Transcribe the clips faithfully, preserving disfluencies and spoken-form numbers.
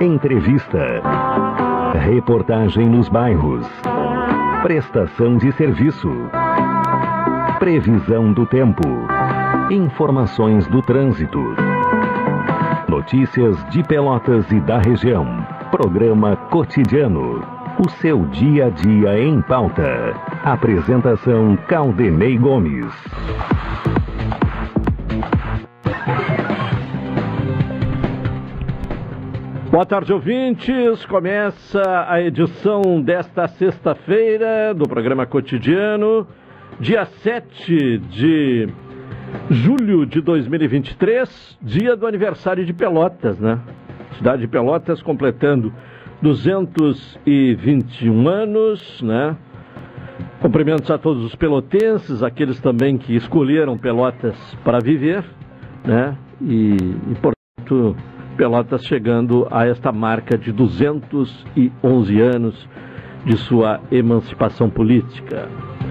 Entrevista. Reportagem nos bairros. Prestação de serviço. Previsão do tempo. Informações do trânsito. Notícias de Pelotas e da região. Programa Cotidiano. O seu dia a dia em pauta. Apresentação Caldenei Gomes. Boa tarde, ouvintes. Começa a edição desta sexta-feira do programa Cotidiano, dia sete de julho de dois mil e vinte e três, dia do aniversário de Pelotas, né? Cidade de Pelotas completando duzentos e vinte e um anos, né? Cumprimentos a todos os pelotenses, aqueles também que escolheram Pelotas para viver, né? E, e portanto, Pelotas chegando a esta marca de duzentos e onze anos de sua emancipação política.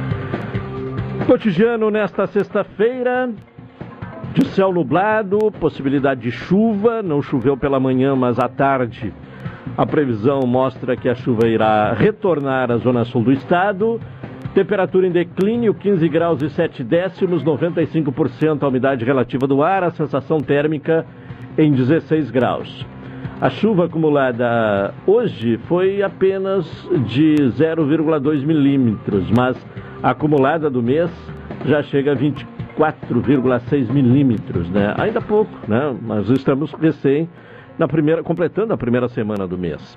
Cotidiano nesta sexta-feira, de céu nublado, possibilidade de chuva, não choveu pela manhã, mas à tarde a previsão mostra que a chuva irá retornar à zona sul do estado. Temperatura em declínio, quinze graus e sete décimos, noventa e cinco por cento a umidade relativa do ar, a sensação térmica em dezesseis graus. A chuva acumulada hoje foi apenas de zero vírgula dois milímetros, mas a acumulada do mês já chega a vinte e quatro vírgula seis milímetros, né? Ainda pouco, né? Mas estamos recém na primeira, completando a primeira semana do mês.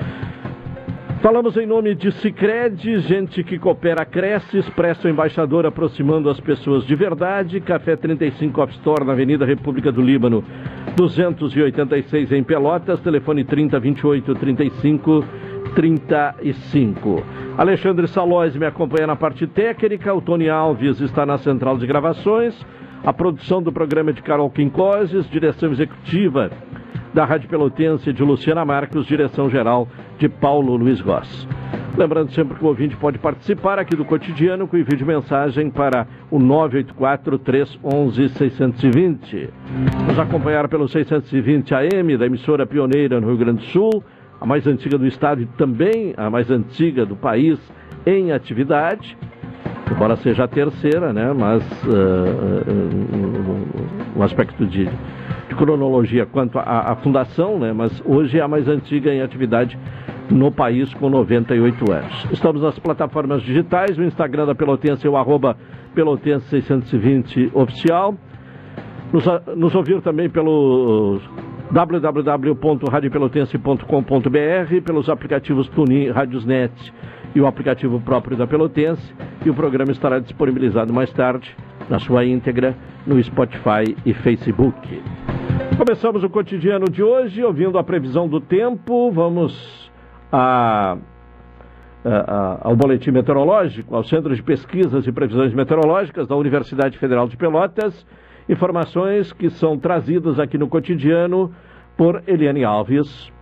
Falamos em nome de Sicredi, gente que coopera cresce, Expresso Embaixador aproximando as pessoas de verdade, Café trinta e cinco Off Store na Avenida República do Líbano, duzentos e oitenta e seis em Pelotas, telefone trinta, vinte e oito, trinta e cinco, trinta e cinco. Alexandre Salóis me acompanha na parte técnica, o Tony Alves está na central de gravações, a produção do programa é de Carol Quincoses, direção executiva da Rádio Pelotense de Luciana Marcos, direção-geral de Paulo Luiz Goss. Lembrando sempre que o ouvinte pode participar aqui do Cotidiano com envio de mensagem para o nove oito quatro, três um um, seis dois zero. Nos acompanhar pelo seiscentos e vinte A M da emissora pioneira no Rio Grande do Sul, a mais antiga do estado e também a mais antiga do país em atividade, embora seja a terceira, né? Mas uh, uh, um aspecto de de cronologia quanto à, à fundação, né? Mas hoje é a mais antiga em atividade no país com noventa e oito anos. Estamos nas plataformas digitais, o Instagram da Pelotense é o arroba Pelotense seiscentos e vinte oficial. Nos, nos ouvir também pelo w w w ponto rádio pelotense ponto com ponto b r, pelos aplicativos TuneIn, Radiosnet e o aplicativo próprio da Pelotense, e o programa estará disponibilizado mais tarde, na sua íntegra, no Spotify e Facebook. Começamos o cotidiano de hoje ouvindo a previsão do tempo. Vamos a, a, a, ao boletim meteorológico, ao Centro de Pesquisas e Previsões Meteorológicas da Universidade Federal de Pelotas. Informações que são trazidas aqui no cotidiano por Eliane Alves.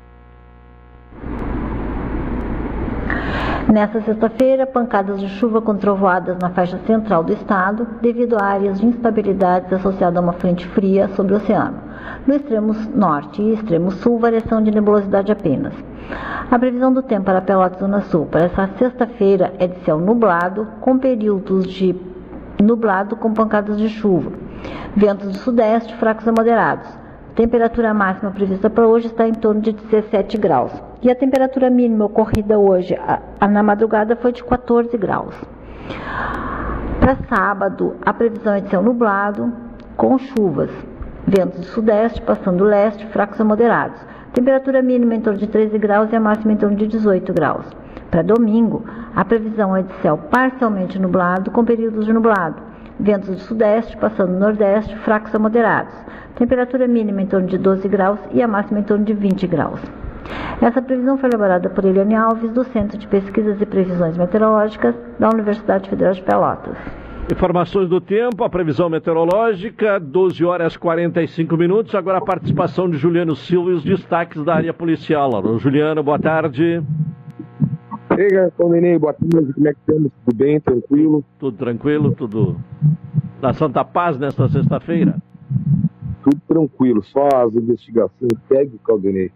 Nesta sexta-feira, pancadas de chuva com trovoadas na faixa central do estado, devido a áreas de instabilidades associadas a uma frente fria sobre o oceano. No extremo norte e extremo sul, variação de nebulosidade apenas. A previsão do tempo para Pelotas Zona Sul para essa sexta-feira é de céu nublado, com períodos de nublado com pancadas de chuva. Ventos do sudeste fracos a moderados. Temperatura máxima prevista para hoje está em torno de dezessete graus. E a temperatura mínima ocorrida hoje, a, a, na madrugada, foi de quatorze graus. Para sábado, a previsão é de céu nublado, com chuvas. Ventos do sudeste, passando leste, fracos a moderados. Temperatura mínima em torno de treze graus e a máxima em torno de dezoito graus. Para domingo, a previsão é de céu parcialmente nublado, com períodos de nublado. Ventos do sudeste, passando no nordeste, fracos a moderados. Temperatura mínima em torno de doze graus e a máxima em torno de vinte graus. Essa previsão foi elaborada por Eliane Alves, do Centro de Pesquisas e Previsões Meteorológicas da Universidade Federal de Pelotas. Informações do tempo, a previsão meteorológica, doze horas e quarenta e cinco minutos. Agora a participação de Juliano Silva e os destaques da área policial. Alô, Juliano, boa tarde. Ei, Caldenei, boa tarde, como é que estamos? Tudo bem, tranquilo? Tudo tranquilo, tudo na Santa Paz nesta sexta-feira? Tudo tranquilo, só as investigações seguem, Caldenei.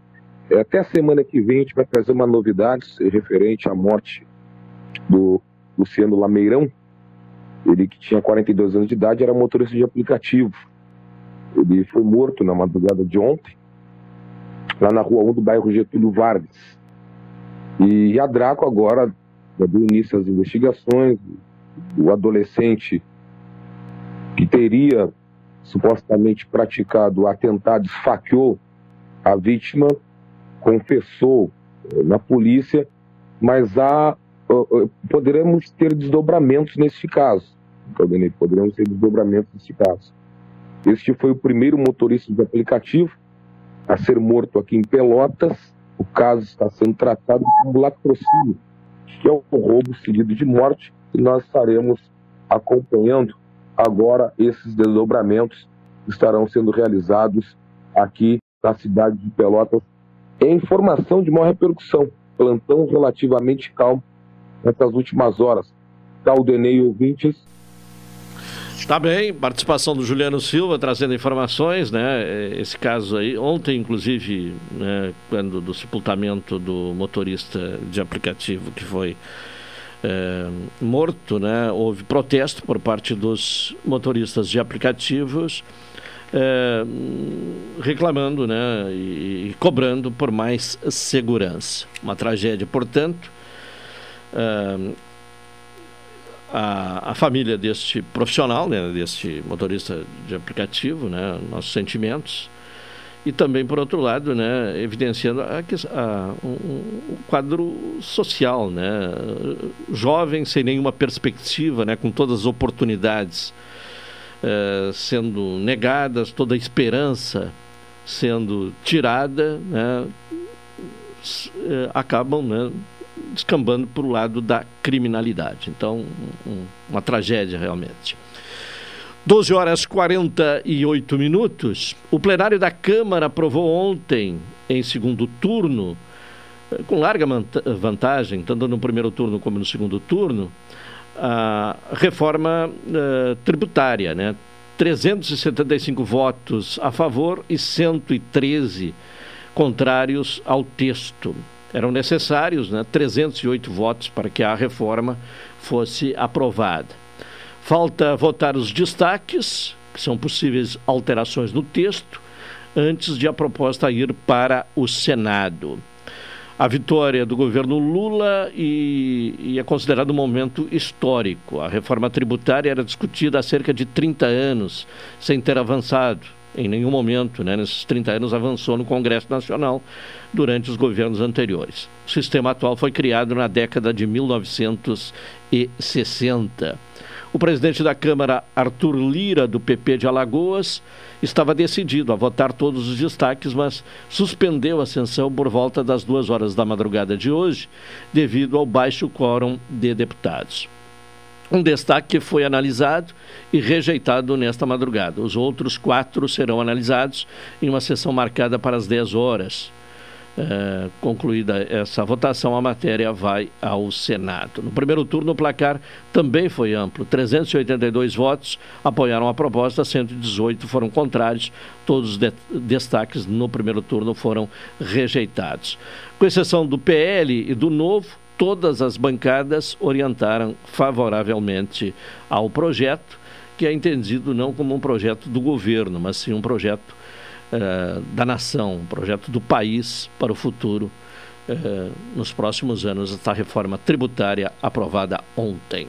É, até a semana que vem a gente vai trazer uma novidade referente à morte do Luciano Lameirão. Ele, que tinha quarenta e dois anos de idade, era motorista de aplicativo. Ele foi morto na madrugada de ontem, lá na rua um do bairro Getúlio Vargas. E a Draco agora deu início às investigações. O adolescente que teria supostamente praticado o atentado, esfaqueou a vítima, confessou na polícia, mas há, poderemos ter desdobramentos nesse caso. Poderemos ter desdobramentos nesse caso. Este foi o primeiro motorista de aplicativo a ser morto aqui em Pelotas. O caso está sendo tratado como latrocínio, que é um roubo seguido de morte, e nós estaremos acompanhando agora esses desdobramentos que estarão sendo realizados aqui na cidade de Pelotas. É informação de maior repercussão, plantão relativamente calmo nessas últimas horas. Caldenei, ouvintes. Tá bem, participação do Juliano Silva trazendo informações, né? Esse caso aí, ontem inclusive, né, quando do sepultamento do motorista de aplicativo que foi é, morto, né? Houve protesto por parte dos motoristas de aplicativos, é, reclamando, né? E, e cobrando por mais segurança. Uma tragédia, portanto. É, A, a família deste profissional, né, deste motorista de aplicativo, né, nossos sentimentos, e também, por outro lado, né, evidenciando a, a, um, um quadro social, né, jovem, sem nenhuma perspectiva, né, com todas as oportunidades eh, sendo negadas, toda a esperança sendo tirada, né, eh, acabam, né, descambando para o lado da criminalidade. Então, um, uma tragédia realmente. doze horas e quarenta e oito minutos. O plenário da Câmara aprovou ontem, em segundo turno, com larga vantagem, tanto no primeiro turno como no segundo turno, a reforma uh, tributária, né? trezentos e setenta e cinco votos a favor e cento e treze contrários ao texto. Eram necessários, né, trezentos e oito votos para que a reforma fosse aprovada. Falta votar os destaques, que são possíveis alterações no texto, antes de a proposta ir para o Senado. A vitória do governo Lula e, e é considerado um momento histórico. A reforma tributária era discutida há cerca de trinta anos, sem ter avançado. Em nenhum momento, né, nesses trinta anos, avançou no Congresso Nacional durante os governos anteriores. O sistema atual foi criado na década de mil novecentos e sessenta. O presidente da Câmara, Arthur Lira, do P P de Alagoas, estava decidido a votar todos os destaques, mas suspendeu a sessão por volta das duas horas da madrugada de hoje, devido ao baixo quórum de deputados. Um destaque foi analisado e rejeitado nesta madrugada. Os outros quatro serão analisados em uma sessão marcada para as dez horas. É, concluída essa votação, a matéria vai ao Senado. No primeiro turno, o placar também foi amplo. trezentos e oitenta e dois votos apoiaram a proposta, cento e dezoito foram contrários. Todos os de- destaques no primeiro turno foram rejeitados. Com exceção do P L e do Novo, todas as bancadas orientaram favoravelmente ao projeto, que é entendido não como um projeto do governo, mas sim um projeto uh, da nação, um projeto do país para o futuro, uh, nos próximos anos, esta reforma tributária aprovada ontem.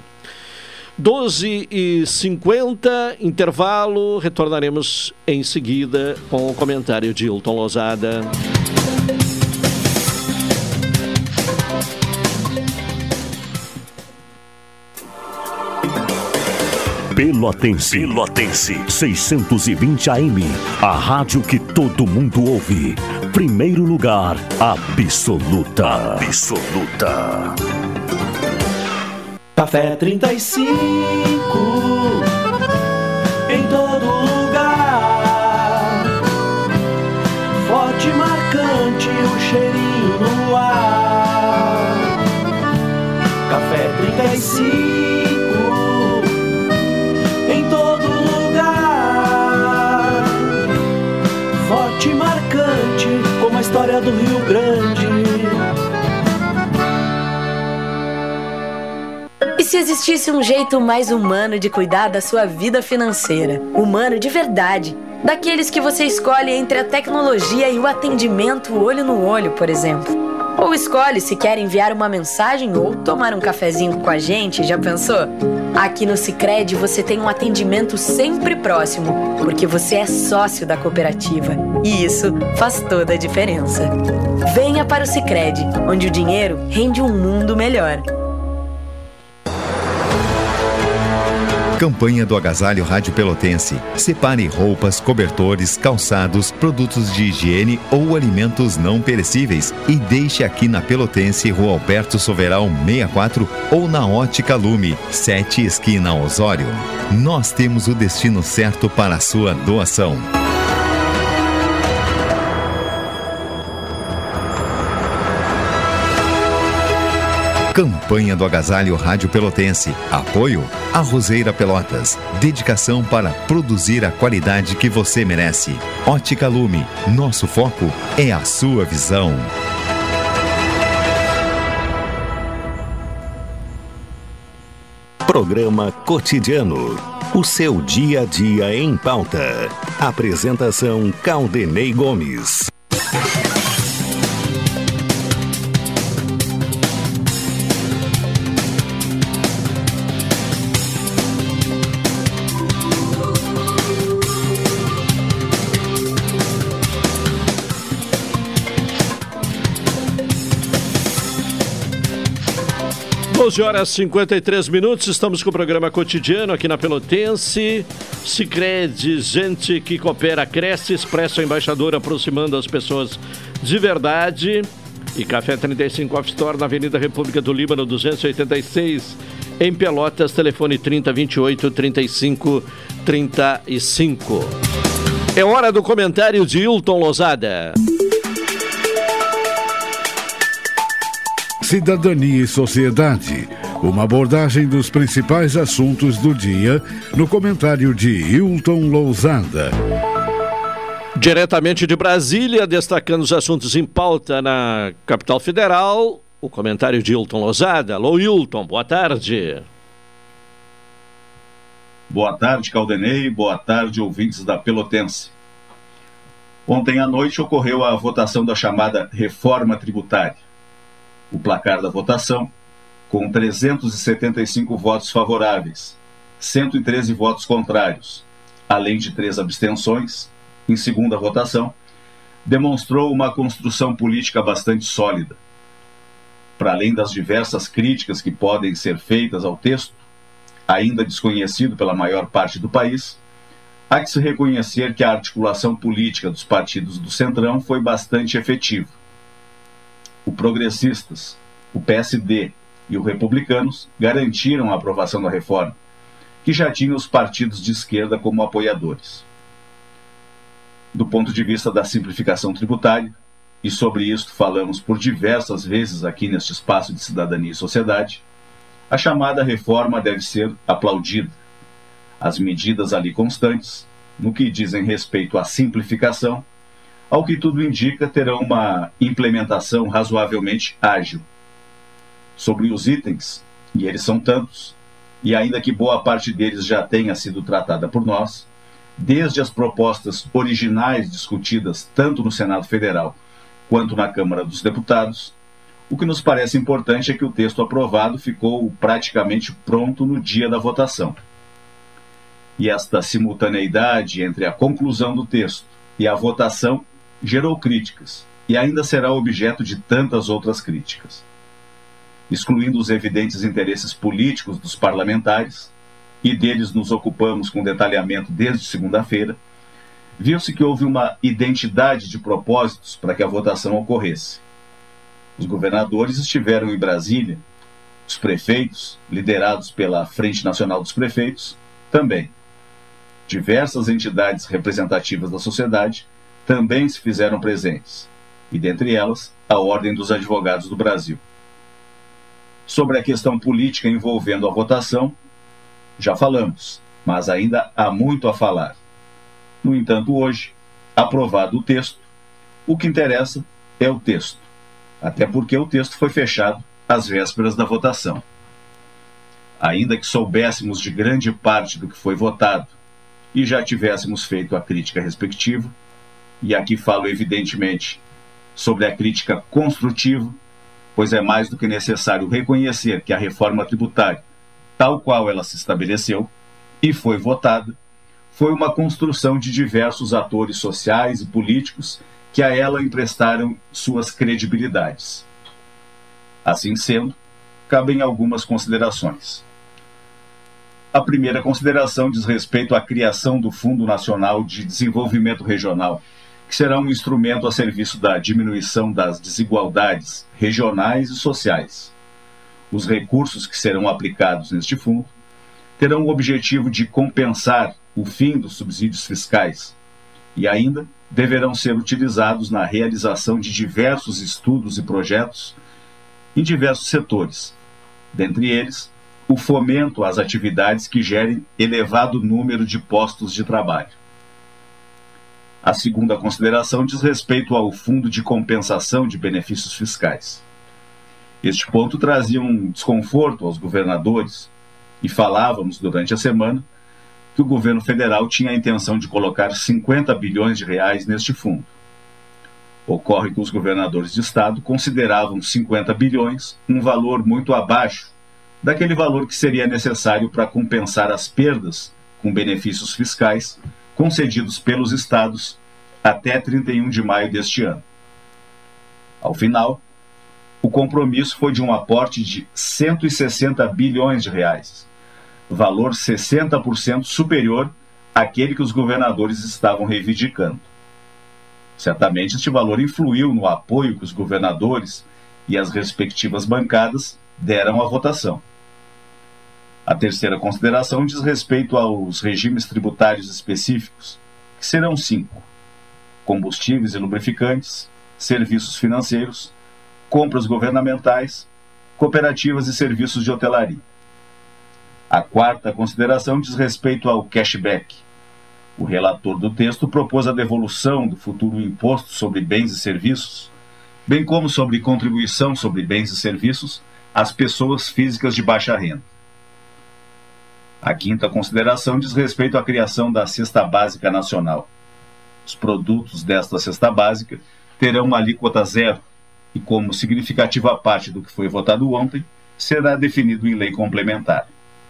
doze e cinquenta, intervalo, retornaremos em seguida com o comentário de Hilton Lozada. Pelotense. Pelotense. seiscentos e vinte A M. A rádio que todo mundo ouve. Primeiro lugar, absoluta. Absoluta. Café trinta e cinco. Em todo lugar. Forte e marcante, o cheirinho no ar. Café trinta e cinco. história do Rio Grande. E se existisse um jeito mais humano de cuidar da sua vida financeira? Humano de verdade. Daqueles que você escolhe entre a tecnologia e o atendimento olho no olho, por exemplo. Ou escolhe se quer enviar uma mensagem ou tomar um cafezinho com a gente, já pensou? Aqui no Sicredi você tem um atendimento sempre próximo, porque você é sócio da cooperativa. E isso faz toda a diferença. Venha para o Sicredi, onde o dinheiro rende um mundo melhor. Campanha do Agasalho Rádio Pelotense. Separe roupas, cobertores, calçados, produtos de higiene ou alimentos não perecíveis e deixe aqui na Pelotense, Rua Alberto Soveral sessenta e quatro ou na Ótica Lume, sete esquina Osório. Nós temos o destino certo para a sua doação. Campanha do Agasalho Rádio Pelotense. Apoio a Roseira Pelotas. Dedicação para produzir a qualidade que você merece. Ótica Lume. Nosso foco é a sua visão. Programa Cotidiano. O seu dia a dia em pauta. Apresentação Caldenei Gomes. doze horas e cinquenta e três minutos, estamos com o programa Cotidiano aqui na Pelotense. Sicredi, gente que coopera, cresce, Expresso Embaixador, aproximando as pessoas de verdade. E Café trinta e cinco Off Store na Avenida República do Líbano, duzentos e oitenta e seis, em Pelotas, telefone trinta, vinte e oito, trinta e cinco, trinta e cinco. É hora do comentário de Hilton Lozada. Cidadania e Sociedade, uma abordagem dos principais assuntos do dia, no comentário de Hilton Lousada. Diretamente de Brasília, destacando os assuntos em pauta na capital federal, o comentário de Hilton Lousada. Alô, Hilton, boa tarde. Boa tarde, Caldenei, boa tarde, ouvintes da Pelotense. Ontem à noite ocorreu a votação da chamada reforma tributária. O placar da votação, com trezentos e setenta e cinco votos favoráveis, cento e treze votos contrários, além de três abstenções, em segunda votação, demonstrou uma construção política bastante sólida. Para além das diversas críticas que podem ser feitas ao texto, ainda desconhecido pela maior parte do país, há que se reconhecer que a articulação política dos partidos do Centrão foi bastante efetiva. O Progressistas, o P S D e o Republicanos garantiram a aprovação da reforma, que já tinha os partidos de esquerda como apoiadores. Do ponto de vista da simplificação tributária, e sobre isto falamos por diversas vezes aqui neste espaço de Cidadania e Sociedade, a chamada reforma deve ser aplaudida. As medidas ali constantes, no que dizem respeito à simplificação, ao que tudo indica, terão uma implementação razoavelmente ágil. Sobre os itens, e eles são tantos, e ainda que boa parte deles já tenha sido tratada por nós, desde as propostas originais discutidas tanto no Senado Federal quanto na Câmara dos Deputados, o que nos parece importante é que o texto aprovado ficou praticamente pronto no dia da votação. E esta simultaneidade entre a conclusão do texto e a votação gerou críticas, e ainda será objeto de tantas outras críticas. Excluindo os evidentes interesses políticos dos parlamentares, e deles nos ocupamos com detalhamento desde segunda-feira, viu-se que houve uma identidade de propósitos para que a votação ocorresse. Os governadores estiveram em Brasília, os prefeitos, liderados pela Frente Nacional dos Prefeitos, também. Diversas entidades representativas da sociedade também se fizeram presentes, e dentre elas, a Ordem dos Advogados do Brasil. Sobre a questão política envolvendo a votação, já falamos, mas ainda há muito a falar. No entanto, hoje, aprovado o texto, o que interessa é o texto, até porque o texto foi fechado às vésperas da votação. Ainda que soubéssemos de grande parte do que foi votado e já tivéssemos feito a crítica respectiva, e aqui falo evidentemente sobre a crítica construtiva, pois é mais do que necessário reconhecer que a reforma tributária, tal qual ela se estabeleceu e foi votada, foi uma construção de diversos atores sociais e políticos que a ela emprestaram suas credibilidades. Assim sendo, cabem algumas considerações. A primeira consideração diz respeito à criação do Fundo Nacional de Desenvolvimento Regional, que será um instrumento a serviço da diminuição das desigualdades regionais e sociais. Os recursos que serão aplicados neste fundo terão o objetivo de compensar o fim dos subsídios fiscais e ainda deverão ser utilizados na realização de diversos estudos e projetos em diversos setores, dentre eles o fomento às atividades que gerem elevado número de postos de trabalho. A segunda consideração diz respeito ao Fundo de Compensação de Benefícios Fiscais. Este ponto trazia um desconforto aos governadores e falávamos durante a semana que o governo federal tinha a intenção de colocar cinquenta bilhões de reais neste fundo. Ocorre que os governadores de estado consideravam cinquenta bilhões um valor muito abaixo daquele valor que seria necessário para compensar as perdas com benefícios fiscais concedidos pelos estados até trinta e um de maio deste ano. Ao final, o compromisso foi de um aporte de cento e sessenta bilhões de reais, valor sessenta por cento superior àquele que os governadores estavam reivindicando. Certamente este valor influiu no apoio que os governadores e as respectivas bancadas deram à votação. A terceira consideração diz respeito aos regimes tributários específicos, que serão cinco: combustíveis e lubrificantes, serviços financeiros, compras governamentais, cooperativas e serviços de hotelaria. A quarta consideração diz respeito ao cashback. O relator do texto propôs a devolução do futuro imposto sobre bens e serviços, bem como sobre contribuição sobre bens e serviços às pessoas físicas de baixa renda. A quinta consideração diz respeito à criação da Cesta Básica Nacional. Os produtos desta cesta básica terão uma alíquota zero e, como significativa parte do que foi votado ontem, será definido em lei complementar.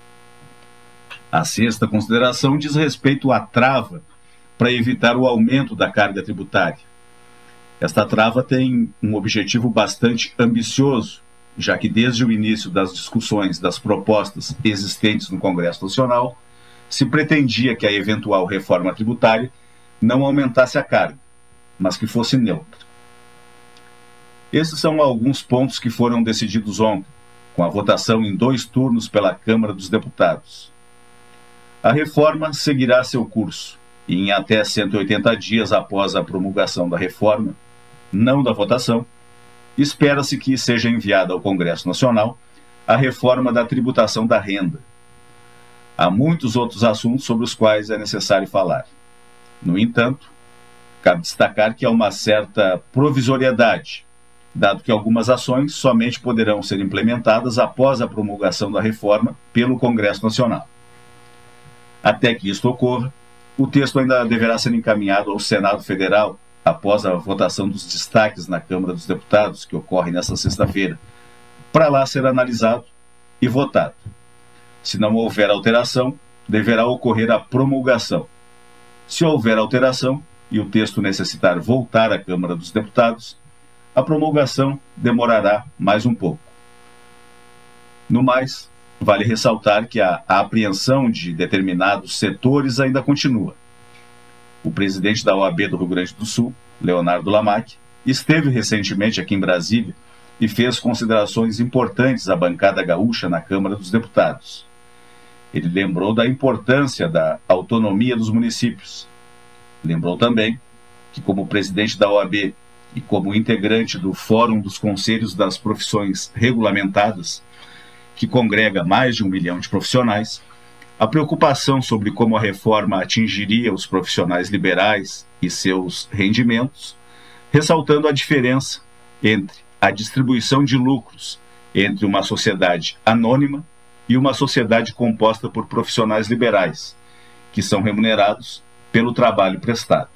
A sexta consideração diz respeito à trava para evitar o aumento da carga tributária. Esta trava tem um objetivo bastante ambicioso, já que desde o início das discussões das propostas existentes no Congresso Nacional, se pretendia que a eventual reforma tributária não aumentasse a carga, mas que fosse neutra. Esses são alguns pontos que foram decididos ontem, com a votação em dois turnos pela Câmara dos Deputados. A reforma seguirá seu curso, e em até cento e oitenta dias após a promulgação da reforma, não da votação, espera-se que seja enviada ao Congresso Nacional a reforma da tributação da renda. Há muitos outros assuntos sobre os quais é necessário falar. No entanto, cabe destacar que há uma certa provisoriedade, dado que algumas ações somente poderão ser implementadas após a promulgação da reforma pelo Congresso Nacional. Até que isto ocorra, o texto ainda deverá ser encaminhado ao Senado Federal após a votação dos destaques na Câmara dos Deputados, que ocorre nesta sexta-feira, para lá ser analisado e votado. Se não houver alteração, deverá ocorrer a promulgação. Se houver alteração e o texto necessitar voltar à Câmara dos Deputados, a promulgação demorará mais um pouco. No mais, vale ressaltar que a, a apreensão de determinados setores ainda continua. O presidente da O A B do Rio Grande do Sul, Leonardo Lamac, esteve recentemente aqui em Brasília e fez considerações importantes à bancada gaúcha na Câmara dos Deputados. Ele lembrou da importância da autonomia dos municípios. Lembrou também que, como presidente da O A B e como integrante do Fórum dos Conselhos das Profissões Regulamentadas, que congrega mais de um milhão de profissionais, a preocupação sobre como a reforma atingiria os profissionais liberais e seus rendimentos ressaltando a diferença entre a distribuição de lucros entre uma sociedade anônima e uma sociedade composta por profissionais liberais, que são remunerados pelo trabalho prestado.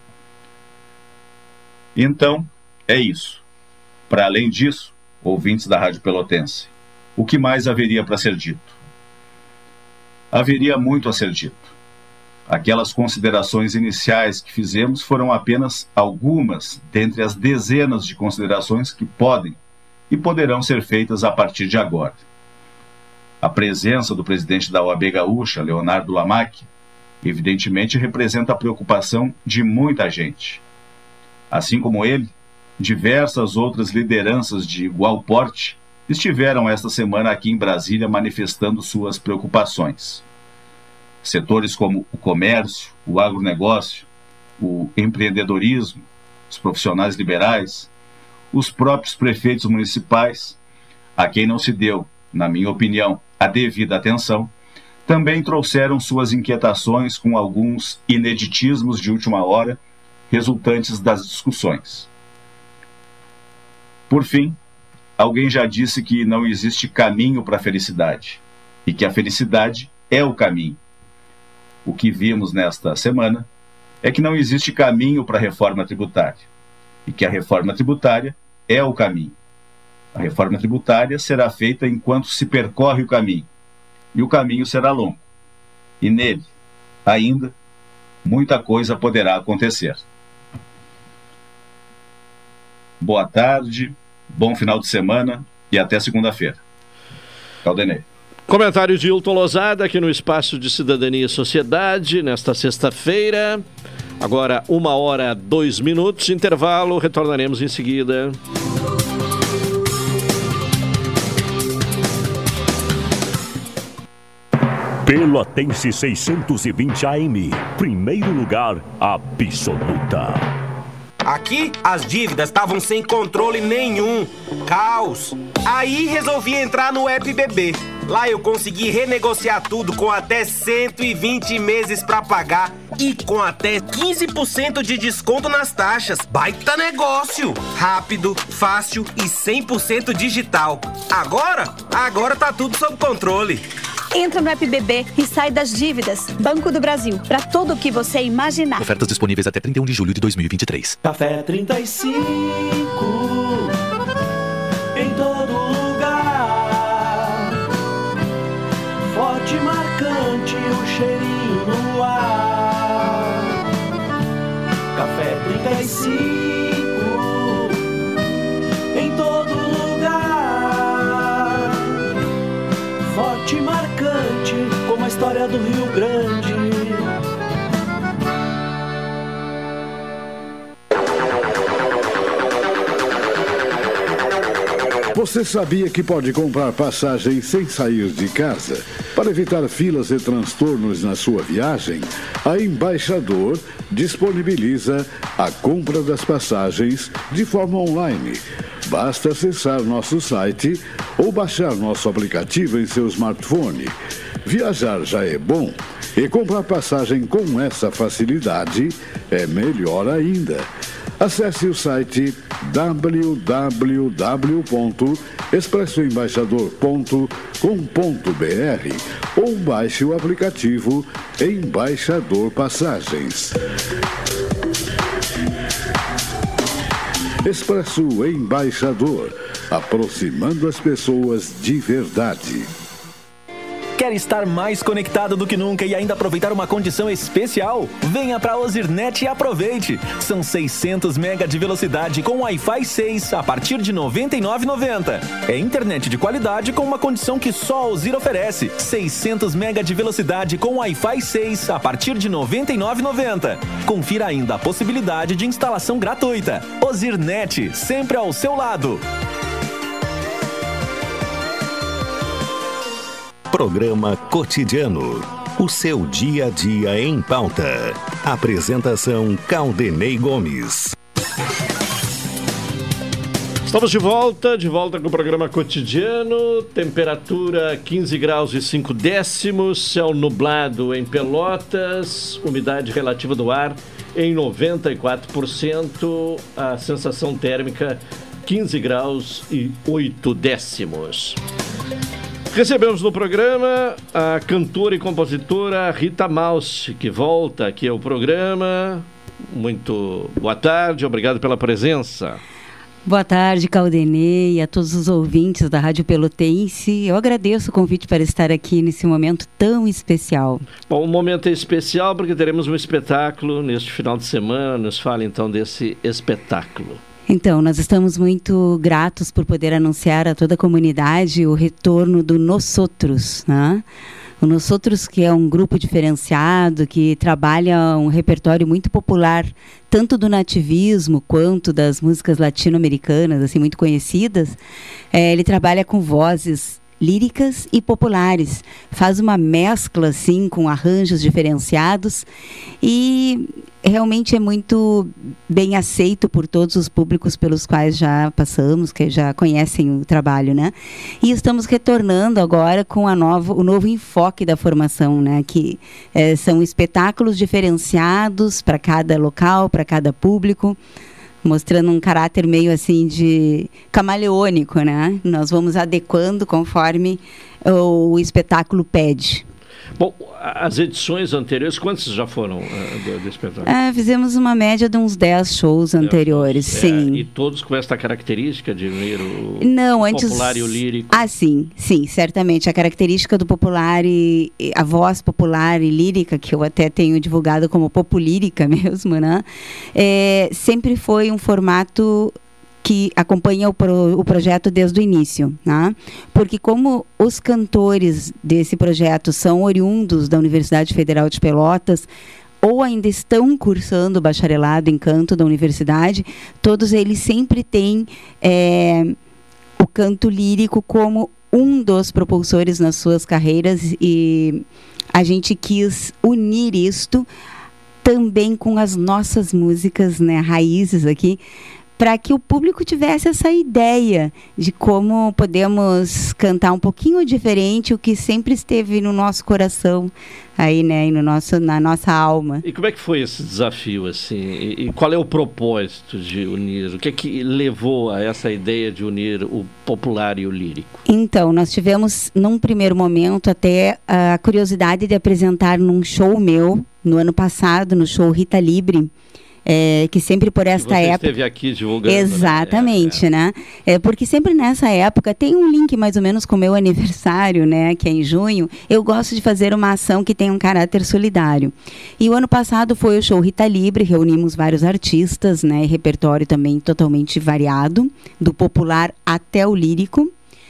Então, é isso. Para além disso, ouvintes da Rádio Pelotense, o que mais haveria para ser dito? Haveria muito a ser dito. Aquelas considerações iniciais que fizemos foram apenas algumas dentre as dezenas de considerações que podem e poderão ser feitas a partir de agora. A presença do presidente da O A B Gaúcha, Leonardo Lamaque, evidentemente representa a preocupação de muita gente. Assim como ele, diversas outras lideranças de igual porte estiveram esta semana aqui em Brasília manifestando suas preocupações. Setores como o comércio, o agronegócio, o empreendedorismo, os profissionais liberais, os próprios prefeitos municipais, a quem não se deu, na minha opinião, a devida atenção, também trouxeram suas inquietações com alguns ineditismos de última hora resultantes das discussões. Por fim, alguém já disse que não existe caminho para a felicidade e que a felicidade é o caminho. O que vimos nesta semana é que não existe caminho para a reforma tributária e que a reforma tributária é o caminho. A reforma tributária será feita enquanto se percorre o caminho, e o caminho será longo. E nele, ainda, muita coisa poderá acontecer. Boa tarde, bom final de semana e até segunda-feira. Caldenei. Comentário de Hilton Lozada aqui no Espaço de Cidadania e Sociedade, nesta sexta-feira. Agora, uma hora, dois minutos, intervalo, retornaremos em seguida. Pelotense seiscentos e vinte A M, primeiro lugar absoluta. Aqui, as dívidas estavam sem controle nenhum. Caos. Aí resolvi entrar no App B B. Lá eu consegui renegociar tudo com até cento e vinte meses pra pagar e com até quinze por cento de desconto nas taxas. Baita negócio! Rápido, fácil e cem por cento digital. Agora, agora tá tudo sob controle. Entra no App B B e sai das dívidas. Banco do Brasil, para tudo o que você imaginar. Ofertas disponíveis até trinta e um de julho de dois mil e vinte e três. Café trinta e cinco, em todo lugar. Forte e marcante, o cheirinho no ar. Café trinta e cinco, em todo lugar. Forte e marcante, como a história do Rio Grande. Você sabia que pode comprar passagem sem sair de casa? Para evitar filas e transtornos na sua viagem, a Embaixador disponibiliza a compra das passagens de forma online. Basta acessar nosso site ou baixar nosso aplicativo em seu smartphone. Viajar já é bom e comprar passagem com essa facilidade é melhor ainda. Acesse o site w w w ponto expresso embaixador ponto com ponto b r ou baixe o aplicativo Embaixador Passagens. Expresso Embaixador, aproximando as pessoas de verdade. Quer estar mais conectado do que nunca e ainda aproveitar uma condição especial? Venha para a Ozirnet e aproveite! São seiscentos mega de velocidade com Wi-Fi seis a partir de noventa e nove reais e noventa centavos. É internet de qualidade com uma condição que só a Ozir oferece. seiscentos mega de velocidade com Wi-Fi seis a partir de noventa e nove reais e noventa centavos. Confira ainda a possibilidade de instalação gratuita. Ozirnet, sempre ao seu lado. Programa Cotidiano. O seu dia a dia em pauta. Apresentação Caldenei Gomes. Estamos de volta, de volta com o programa Cotidiano. Temperatura quinze graus e cinco décimos, céu nublado em Pelotas, umidade relativa do ar em noventa e quatro por cento, a sensação térmica quinze graus e oito décimos. Recebemos no programa a cantora e compositora Rita Mausse, que volta aqui ao programa. Muito boa tarde, obrigado pela presença. Boa tarde, Caldenei, e a todos os ouvintes da Rádio Pelotense. Eu agradeço o convite para estar aqui nesse momento tão especial. Bom, o momento é especial porque teremos um espetáculo neste final de semana. Nos fale então desse espetáculo. Então, nós estamos muito gratos por poder anunciar a toda a comunidade o retorno do Nosotros, né? O Nosotros, que é um grupo diferenciado, que trabalha um repertório muito popular, tanto do nativismo quanto das músicas latino-americanas, assim, muito conhecidas. É, ele trabalha com vozes líricas e populares, faz uma mescla, assim, com arranjos diferenciados e realmente é muito bem aceito por todos os públicos pelos quais já passamos, que já conhecem o trabalho, né? E estamos retornando agora com a nova, o novo enfoque da formação, né? Que é, são espetáculos diferenciados para cada local, para cada público, mostrando um caráter meio assim de camaleônico, né? Nós vamos adequando conforme o espetáculo pede. Bom, as edições anteriores, quantas já foram uh, do, do espetáculo? É, fizemos uma média de uns dez shows anteriores, é, sim. E todos com essa característica de unir o, Não, o antes... popular e o lírico? Ah, sim, sim, certamente. A característica do popular e a voz popular e lírica, que eu até tenho divulgado como populírica mesmo, né? É, sempre foi um formato que acompanha o, pro, o projeto desde o início, né? Porque como os cantores desse projeto são oriundos da Universidade Federal de Pelotas, ou ainda estão cursando o bacharelado em canto da universidade, todos eles sempre têm é, o canto lírico como um dos propulsores nas suas carreiras, e a gente quis unir isto também com as nossas músicas, né, raízes aqui, para que o público tivesse essa ideia de como podemos cantar um pouquinho diferente o que sempre esteve no nosso coração, aí, né, e no nosso, na nossa alma. E como é que foi esse desafio, assim? E, e qual é o propósito de unir? O que é que levou a essa ideia de unir o popular e o lírico? Então, nós tivemos, num primeiro momento, até a curiosidade de apresentar num show meu, no ano passado, no show Rita Libre, É, que sempre por esta Você época... esteve aqui divulgando. Exatamente, né? né? É, porque sempre nessa época, tem um link mais ou menos com o meu aniversário, né? Que é em junho, eu gosto de fazer uma ação que tem um caráter solidário. E o ano passado foi o show Rita Libre, reunimos vários artistas, né? E repertório também totalmente variado, do popular até o lírico.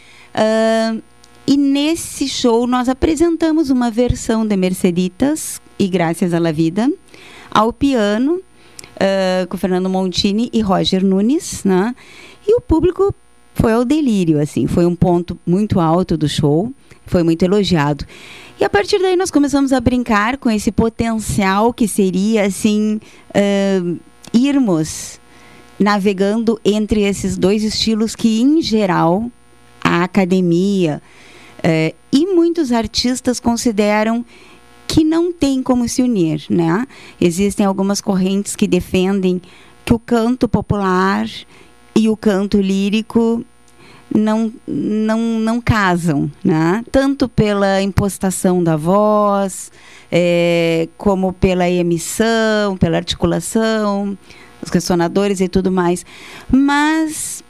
Uh, e nesse show nós apresentamos uma versão de Merceditas e Graças à la Vida ao piano, Uh, com Fernando Montini e Roger Nunes, né? E o público foi ao delírio, assim, foi um ponto muito alto do show, foi muito elogiado. E a partir daí nós começamos a brincar com esse potencial que seria, assim, uh, irmos navegando entre esses dois estilos que, em geral, a academia uh, e muitos artistas consideram que não tem como se unir, né? Existem algumas correntes que defendem que o canto popular e o canto lírico não, não, não casam, né? Tanto pela impostação da voz, é, como pela emissão, pela articulação, os ressonadores e tudo mais. Mas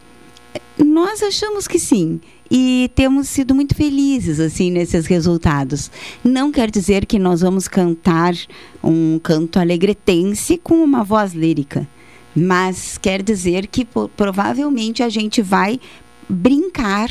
nós achamos que sim. E temos sido muito felizes, assim, nesses resultados. Não quer dizer que nós vamos cantar um canto alegretense com uma voz lírica, mas quer dizer que provavelmente a gente vai brincar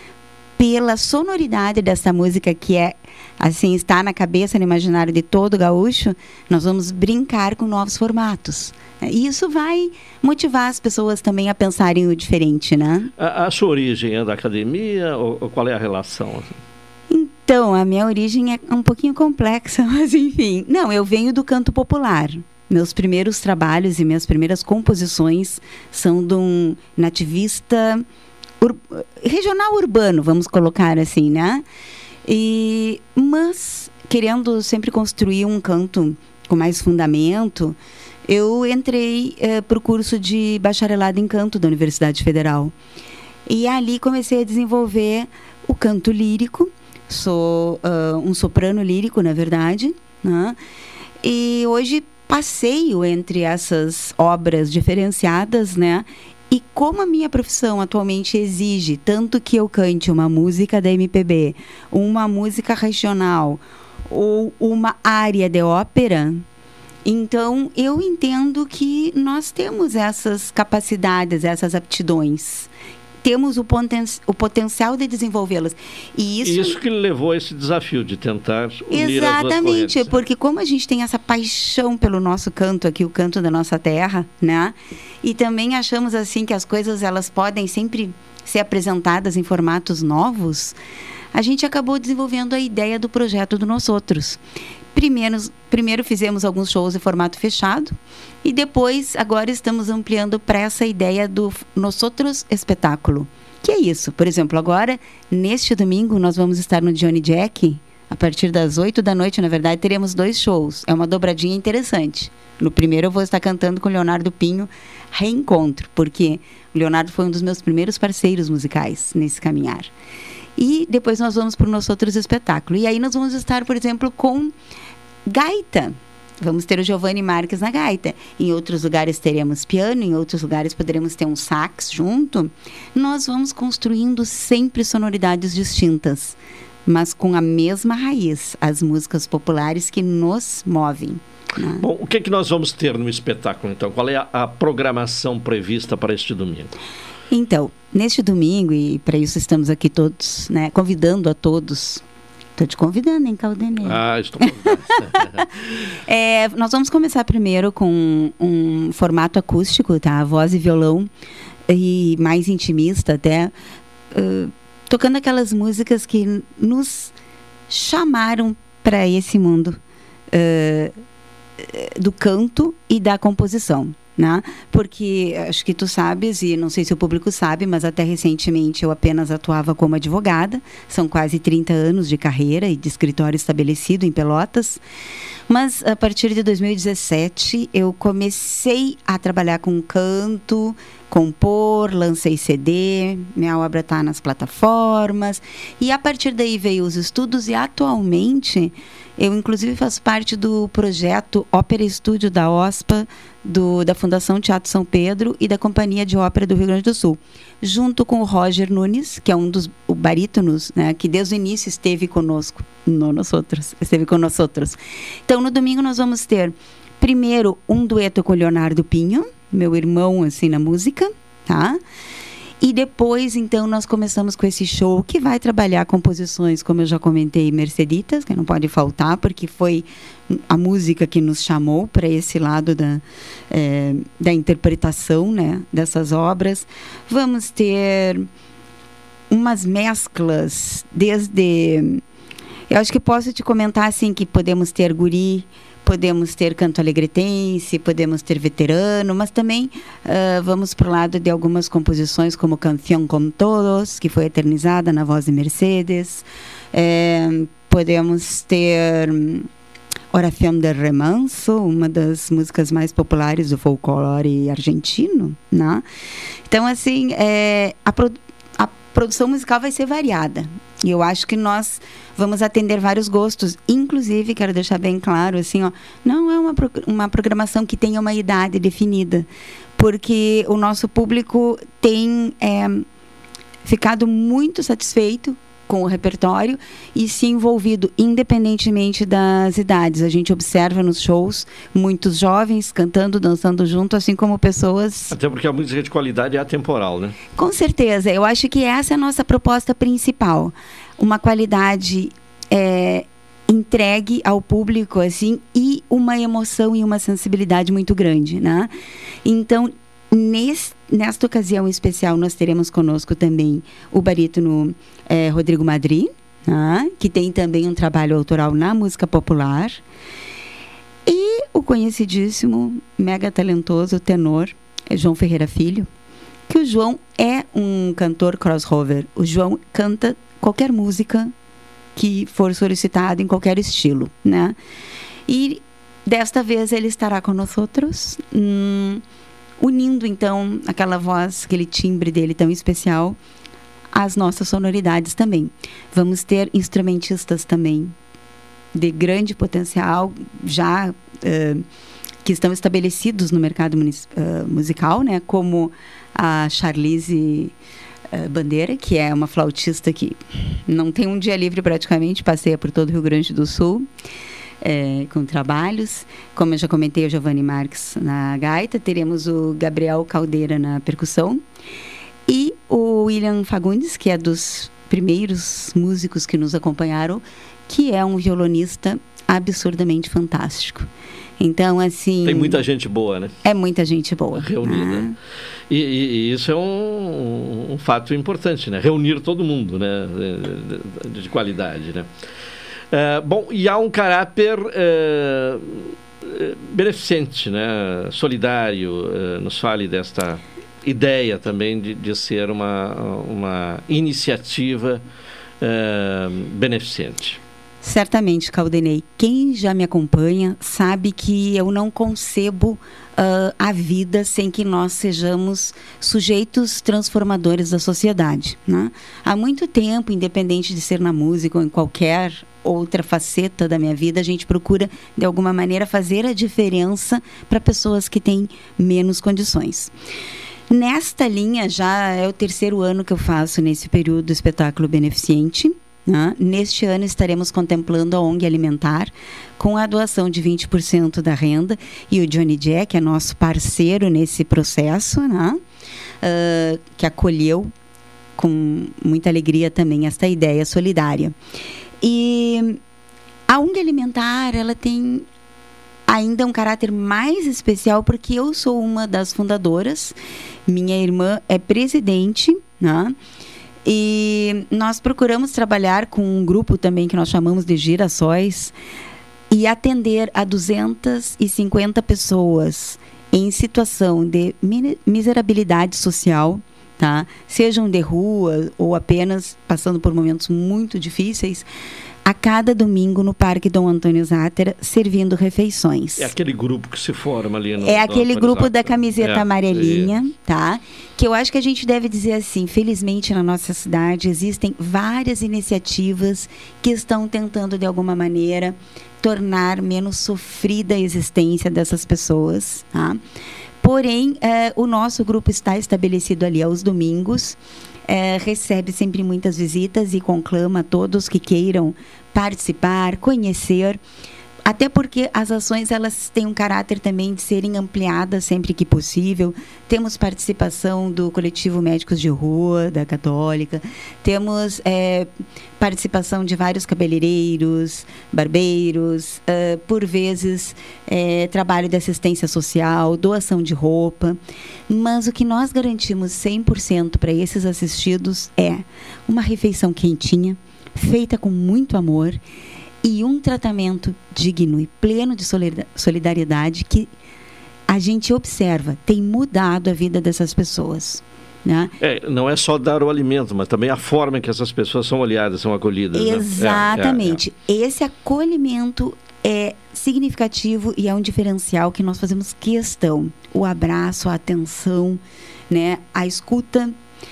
pela sonoridade dessa música, que é, assim, está na cabeça, no imaginário de todo gaúcho. Nós vamos brincar com novos formatos. E isso vai motivar as pessoas também a pensarem o diferente, né? A, a sua origem é da academia ou, ou qual é a relação? Então, a minha origem é um pouquinho complexa, mas enfim. Não, eu venho do canto popular. Meus primeiros trabalhos e minhas primeiras composições são de um nativista ur... regional urbano, vamos colocar assim, né? E, mas, querendo sempre construir um canto com mais fundamento, eu entrei uh, para o curso de bacharelado em canto da Universidade Federal. E ali comecei a desenvolver o canto lírico. Sou uh, um soprano lírico, na verdade, né? E hoje passeio entre essas obras diferenciadas, né? E como a minha profissão atualmente exige tanto que eu cante uma música da M P B, uma música regional ou uma área de ópera, então eu entendo que nós temos essas capacidades, essas aptidões. Temos o, poten o potencial de desenvolvê-las. E isso... isso que levou a esse desafio de tentar unir Exatamente, as duas correntes. Porque como a gente tem essa paixão pelo nosso canto aqui, o canto da nossa terra, né? E também achamos assim que as coisas elas podem sempre ser apresentadas em formatos novos, a gente acabou desenvolvendo a ideia do projeto do Nós Outros. Primeiro, primeiro fizemos alguns shows em formato fechado e depois agora estamos ampliando para essa ideia do Nós Outros espetáculo. Que é isso? Por exemplo, agora, neste domingo, nós vamos estar no Johnny Jack. A partir das oito da noite, na verdade, teremos dois shows. É uma dobradinha interessante. No primeiro eu vou estar cantando com o Leonardo Pinho, Reencontro, porque o Leonardo foi um dos meus primeiros parceiros musicais nesse caminhar. E depois nós vamos para o Nosso Outros espetáculo. E aí nós vamos estar, por exemplo, com gaita. Vamos ter o Giovanni Marques na gaita. Em outros lugares teremos piano, em outros lugares poderemos ter um sax junto. Nós vamos construindo sempre sonoridades distintas, mas com a mesma raiz, as músicas populares que nos movem. Né? Bom, o que é que nós vamos ter no espetáculo, então? Qual é a, a programação prevista para este domingo? Então, neste domingo, e para isso estamos aqui todos, né, convidando a todos. Estou te convidando, hein, Caldenei? Ah, estou convidando. é, nós vamos começar primeiro com um formato acústico, tá? Voz e violão, e mais intimista até, uh, tocando aquelas músicas que nos chamaram para esse mundo uh, do canto e da composição. Né? Porque acho que tu sabes, e não sei se o público sabe, mas até recentemente eu apenas atuava como advogada. São quase trinta anos de carreira e de escritório estabelecido em Pelotas. Mas a partir de dois mil e dezessete eu comecei a trabalhar com canto, compor, lancei C D, minha obra está nas plataformas. E a partir daí veio os estudos e atualmente eu inclusive faço parte do projeto Ópera Estúdio da O S P A, do, da Fundação Teatro São Pedro e da Companhia de Ópera do Rio Grande do Sul, junto com o Roger Nunes, que é um dos barítonos, né, que desde o início esteve conosco, no nós outros, esteve com nós outros. Então, no domingo nós vamos ter, primeiro, um dueto com o Leonardo Pinho, meu irmão, assim, na música, tá? E depois, então, nós começamos com esse show que vai trabalhar composições, como eu já comentei, Merceditas, que não pode faltar, porque foi a música que nos chamou para esse lado da, é, da interpretação, né, dessas obras. Vamos ter umas mesclas, desde... Eu acho que posso te comentar, assim, que podemos ter guri, podemos ter canto alegretense, podemos ter veterano, mas também uh, vamos para o lado de algumas composições como Canción con Todos, que foi eternizada na voz de Mercedes. É, podemos ter Oración de Remanso, uma das músicas mais populares do folclore argentino, né? Então, assim, é, a, pro, a produção musical vai ser variada. E eu acho que nós vamos atender vários gostos. Inclusive, quero deixar bem claro, assim, ó, não é uma, uma programação que tenha uma idade definida, porque o nosso público tem é, ficado muito satisfeito com o repertório e se envolvido independentemente das idades. A gente observa nos shows muitos jovens cantando, dançando junto, assim como pessoas... Até porque a música de qualidade é atemporal, né? Com certeza. Eu acho que essa é a nossa proposta principal. Uma qualidade é, entregue ao público, assim, e uma emoção e uma sensibilidade muito grande, né? Então, Nesse, nesta ocasião especial, nós teremos conosco também o barítono é, Rodrigo Madri, né, que tem também um trabalho autoral na música popular, e o conhecidíssimo, mega talentoso tenor é João Ferreira Filho, que o João é um cantor crossover. O João canta qualquer música que for solicitada em qualquer estilo, né? E desta vez ele estará com nós outros, hum, unindo então aquela voz, aquele timbre dele tão especial, às nossas sonoridades também. Vamos ter instrumentistas também de grande potencial, já uh, que estão estabelecidos no mercado munic- uh, musical, né? Como a Charlize uh, Bandeira, que é uma flautista que não tem um dia livre praticamente, passeia por todo o Rio Grande do Sul, é, com trabalhos. Como eu já comentei, o Giovanni Marques na gaita, teremos o Gabriel Caldeira na percussão e o William Fagundes, que é dos primeiros músicos que nos acompanharam, que é um violonista absurdamente fantástico. Então, assim... Tem muita gente boa, né? É muita gente boa. Reunida. Ah. E, e, e isso é um, um fato importante, né? Reunir todo mundo, né? De, de, de qualidade, né? Uh, bom, e há um caráter uh, beneficente, né? Solidário. Uh, nos fale desta ideia também de, de ser uma, uma iniciativa uh, beneficente. Certamente, Caldenei. Quem já me acompanha sabe que eu não concebo uh, a vida sem que nós sejamos sujeitos transformadores da sociedade, né? Há muito tempo, independente de ser na música ou em qualquer outra faceta da minha vida, a gente procura, de alguma maneira, fazer a diferença para pessoas que têm menos condições. Nesta linha, já é o terceiro ano que eu faço nesse período do espetáculo beneficente. Né? Neste ano estaremos contemplando a O N G Alimentar com a doação de vinte por cento da renda, e o Johnny Jack é nosso parceiro nesse processo, né? uh, que acolheu com muita alegria também esta ideia solidária. E a O N G Alimentar, ela tem ainda um caráter mais especial porque eu sou uma das fundadoras, minha irmã é presidente, né? E nós procuramos trabalhar com um grupo também que nós chamamos de Girassóis e atender a duzentas e cinquenta pessoas em situação de miserabilidade social, tá? Sejam de rua ou apenas passando por momentos muito difíceis, a cada domingo no Parque Dom Antônio Zátera, servindo refeições. É aquele grupo que se forma ali no... É aquele grupo Zátera. Da camiseta é, amarelinha, é. tá? Que eu acho que a gente deve dizer assim, felizmente na nossa cidade existem várias iniciativas que estão tentando de alguma maneira tornar menos sofrida a existência dessas pessoas, tá? Porém, eh, o nosso grupo está estabelecido ali aos domingos, É, recebe sempre muitas visitas e conclama a todos que queiram participar, conhecer, até porque as ações elas têm um caráter também de serem ampliadas sempre que possível. Temos participação do Coletivo Médicos de Rua, da Católica, temos é, participação de vários cabeleireiros, barbeiros, uh, por vezes é, trabalho de assistência social, doação de roupa, mas o que nós garantimos cem por cento para esses assistidos é uma refeição quentinha, feita com muito amor, e um tratamento digno e pleno de solidariedade que a gente observa tem mudado a vida dessas pessoas, né? É, não é só dar o alimento, mas também a forma em que essas pessoas são olhadas, são acolhidas. Exatamente. Né? É, é, é. Esse acolhimento é significativo e é um diferencial que nós fazemos questão. O abraço, a atenção, né? A escuta.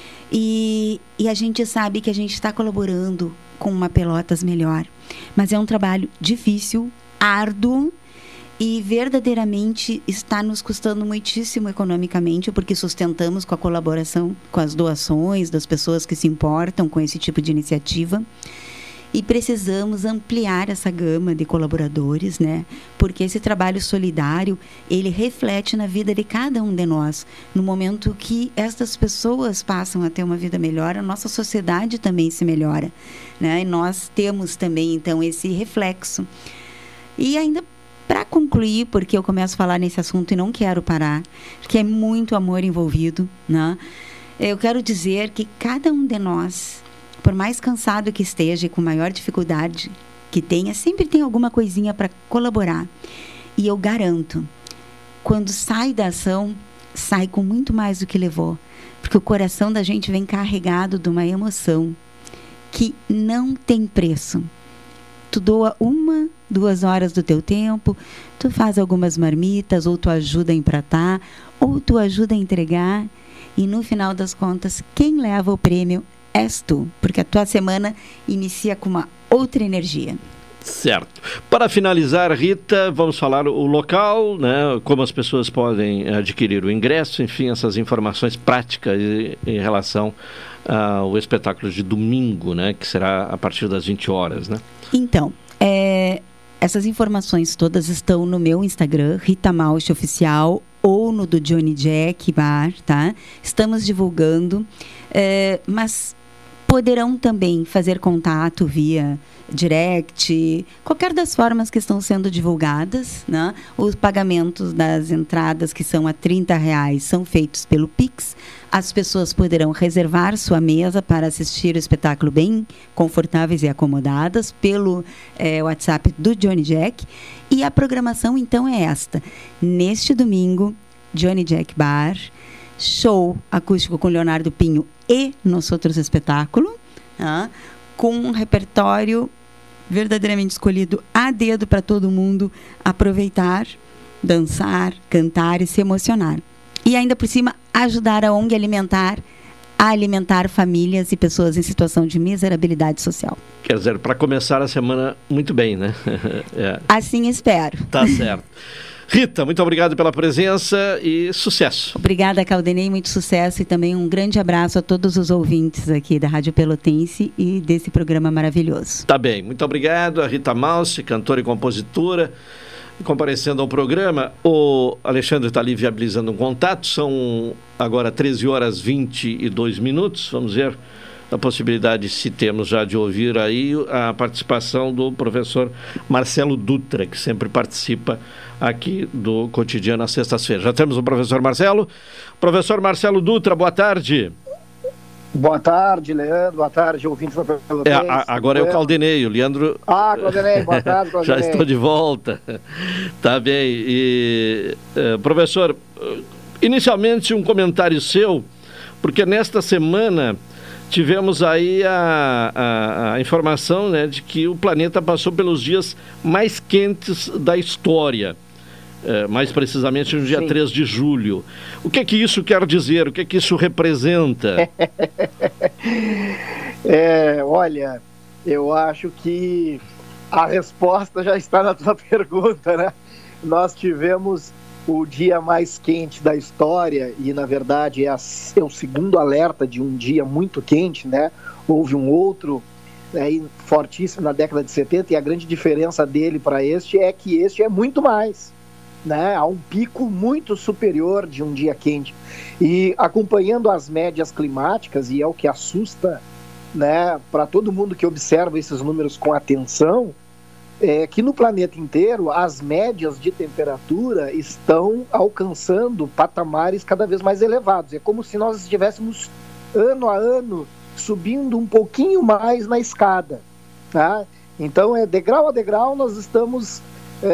E, e a gente sabe que a gente está colaborando com uma Pelotas melhor. Mas é um trabalho difícil, árduo e verdadeiramente está nos custando muitíssimo economicamente, porque sustentamos com a colaboração, com as doações das pessoas que se importam com esse tipo de iniciativa. E precisamos ampliar essa gama de colaboradores, né? Porque esse trabalho solidário, ele reflete na vida de cada um de nós. No momento que estas pessoas passam a ter uma vida melhor, a nossa sociedade também se melhora, né? E nós temos também, então, esse reflexo. E ainda para concluir, porque eu começo a falar nesse assunto e não quero parar, porque é muito amor envolvido, né? Eu quero dizer que cada um de nós, por mais cansado que esteja e com maior dificuldade que tenha, sempre tem alguma coisinha para colaborar. E eu garanto, quando sai da ação, sai com muito mais do que levou. Porque o coração da gente vem carregado de uma emoção que não tem preço. tu doa uma, duas horas do teu tempo, tu faz algumas marmitas, ou tu ajuda a empratar, ou tu ajuda a entregar, e no final das contas, quem leva o prêmio és tu, porque a tua semana inicia com uma outra energia. Certo. Para finalizar, Rita, vamos falar o local, né, como as pessoas podem adquirir o ingresso, enfim, essas informações práticas em relação ao espetáculo de domingo, né, que será a partir das vinte horas, né? Então, é, essas informações todas estão no meu Instagram, Rita Mausch Oficial, ou no do Johnny Jack Bar, tá? Estamos divulgando, é, mas poderão também fazer contato via direct, qualquer das formas que estão sendo divulgadas, né? Os pagamentos das entradas, que são a trinta reais, são feitos pelo Pix. As pessoas poderão reservar sua mesa para assistir o espetáculo bem confortáveis e acomodadas pelo é, WhatsApp do Johnny Jack. E a programação, então, é esta. Neste domingo, Johnny Jack Bar, show acústico com Leonardo Pinho e nos outros espetáculos, tá? Com um repertório verdadeiramente escolhido a dedo para todo mundo aproveitar, dançar, cantar e se emocionar. E ainda por cima, ajudar a ONG Alimentar a alimentar famílias e pessoas em situação de miserabilidade social. Quer dizer, para começar a semana muito bem, né? É. Assim espero. Tá certo. Rita, muito obrigado pela presença e sucesso. Obrigada, Caldenei, muito sucesso e também um grande abraço a todos os ouvintes aqui da Rádio Pelotense e desse programa maravilhoso. Tá bem, muito obrigado a Rita Mausch, cantora e compositora, comparecendo ao programa. O Alexandre está ali viabilizando um contato, são agora treze horas e vinte e dois minutos, vamos ver a possibilidade, se temos já, de ouvir aí a participação do professor Marcelo Dutra, que sempre participa aqui do Cotidiano às sextas-feiras. Já temos o professor Marcelo. Professor Marcelo Dutra, boa tarde. Boa tarde, Leandro. Boa tarde, ouvintes da Pelotense. É, a, agora é o Caldenei, o Leandro... Ah, Caldenei, boa tarde, Caldenei. Já estou de volta. Tá bem. E, uh, professor, uh, inicialmente um comentário seu, porque nesta semana tivemos aí a, a, a informação, né, de que o planeta passou pelos dias mais quentes da história. É, mais precisamente no dia Sim. três de julho. O que é que isso quer dizer? O que é que isso representa? é, olha, eu acho que a resposta já está na tua pergunta, né? Nós tivemos o dia mais quente da história e, na verdade, é, a, é o segundo alerta de um dia muito quente, né? Houve um outro aí, fortíssimo na década de setenta, e a grande diferença dele para este é que este é muito mais, né? Há um pico muito superior de um dia quente. E acompanhando as médias climáticas, e é o que assusta, né, para todo mundo que observa esses números com atenção, é que no planeta inteiro as médias de temperatura estão alcançando patamares cada vez mais elevados. É como se nós estivéssemos ano a ano subindo um pouquinho mais na escada, tá? Então, é degrau a degrau, nós estamos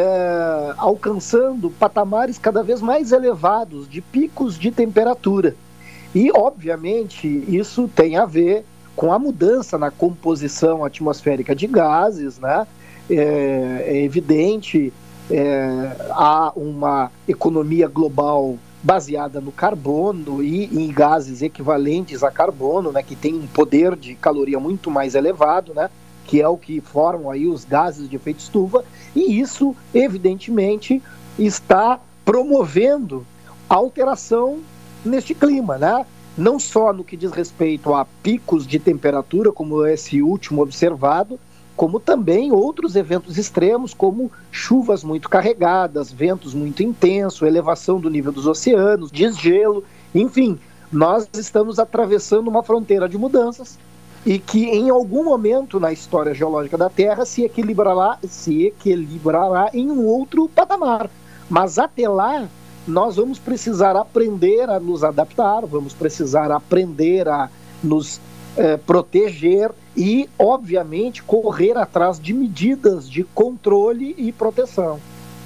é, alcançando patamares cada vez mais elevados de picos de temperatura. E, obviamente, isso tem a ver com a mudança na composição atmosférica de gases, né? É, é evidente, é, há uma economia global baseada no carbono e em gases equivalentes a carbono, né, que tem um poder de caloria muito mais elevado, né, que é o que formam aí os gases de efeito estufa, e isso, evidentemente, está promovendo alteração neste clima, né? Não só no que diz respeito a picos de temperatura, como esse último observado, como também outros eventos extremos, como chuvas muito carregadas, ventos muito intensos, elevação do nível dos oceanos, desgelo, enfim, nós estamos atravessando uma fronteira de mudanças e que em algum momento na história geológica da Terra se equilibrará, se equilibrará em um outro patamar. Mas até lá, nós vamos precisar aprender a nos adaptar, vamos precisar aprender a nos eh, proteger e, obviamente, correr atrás de medidas de controle e proteção.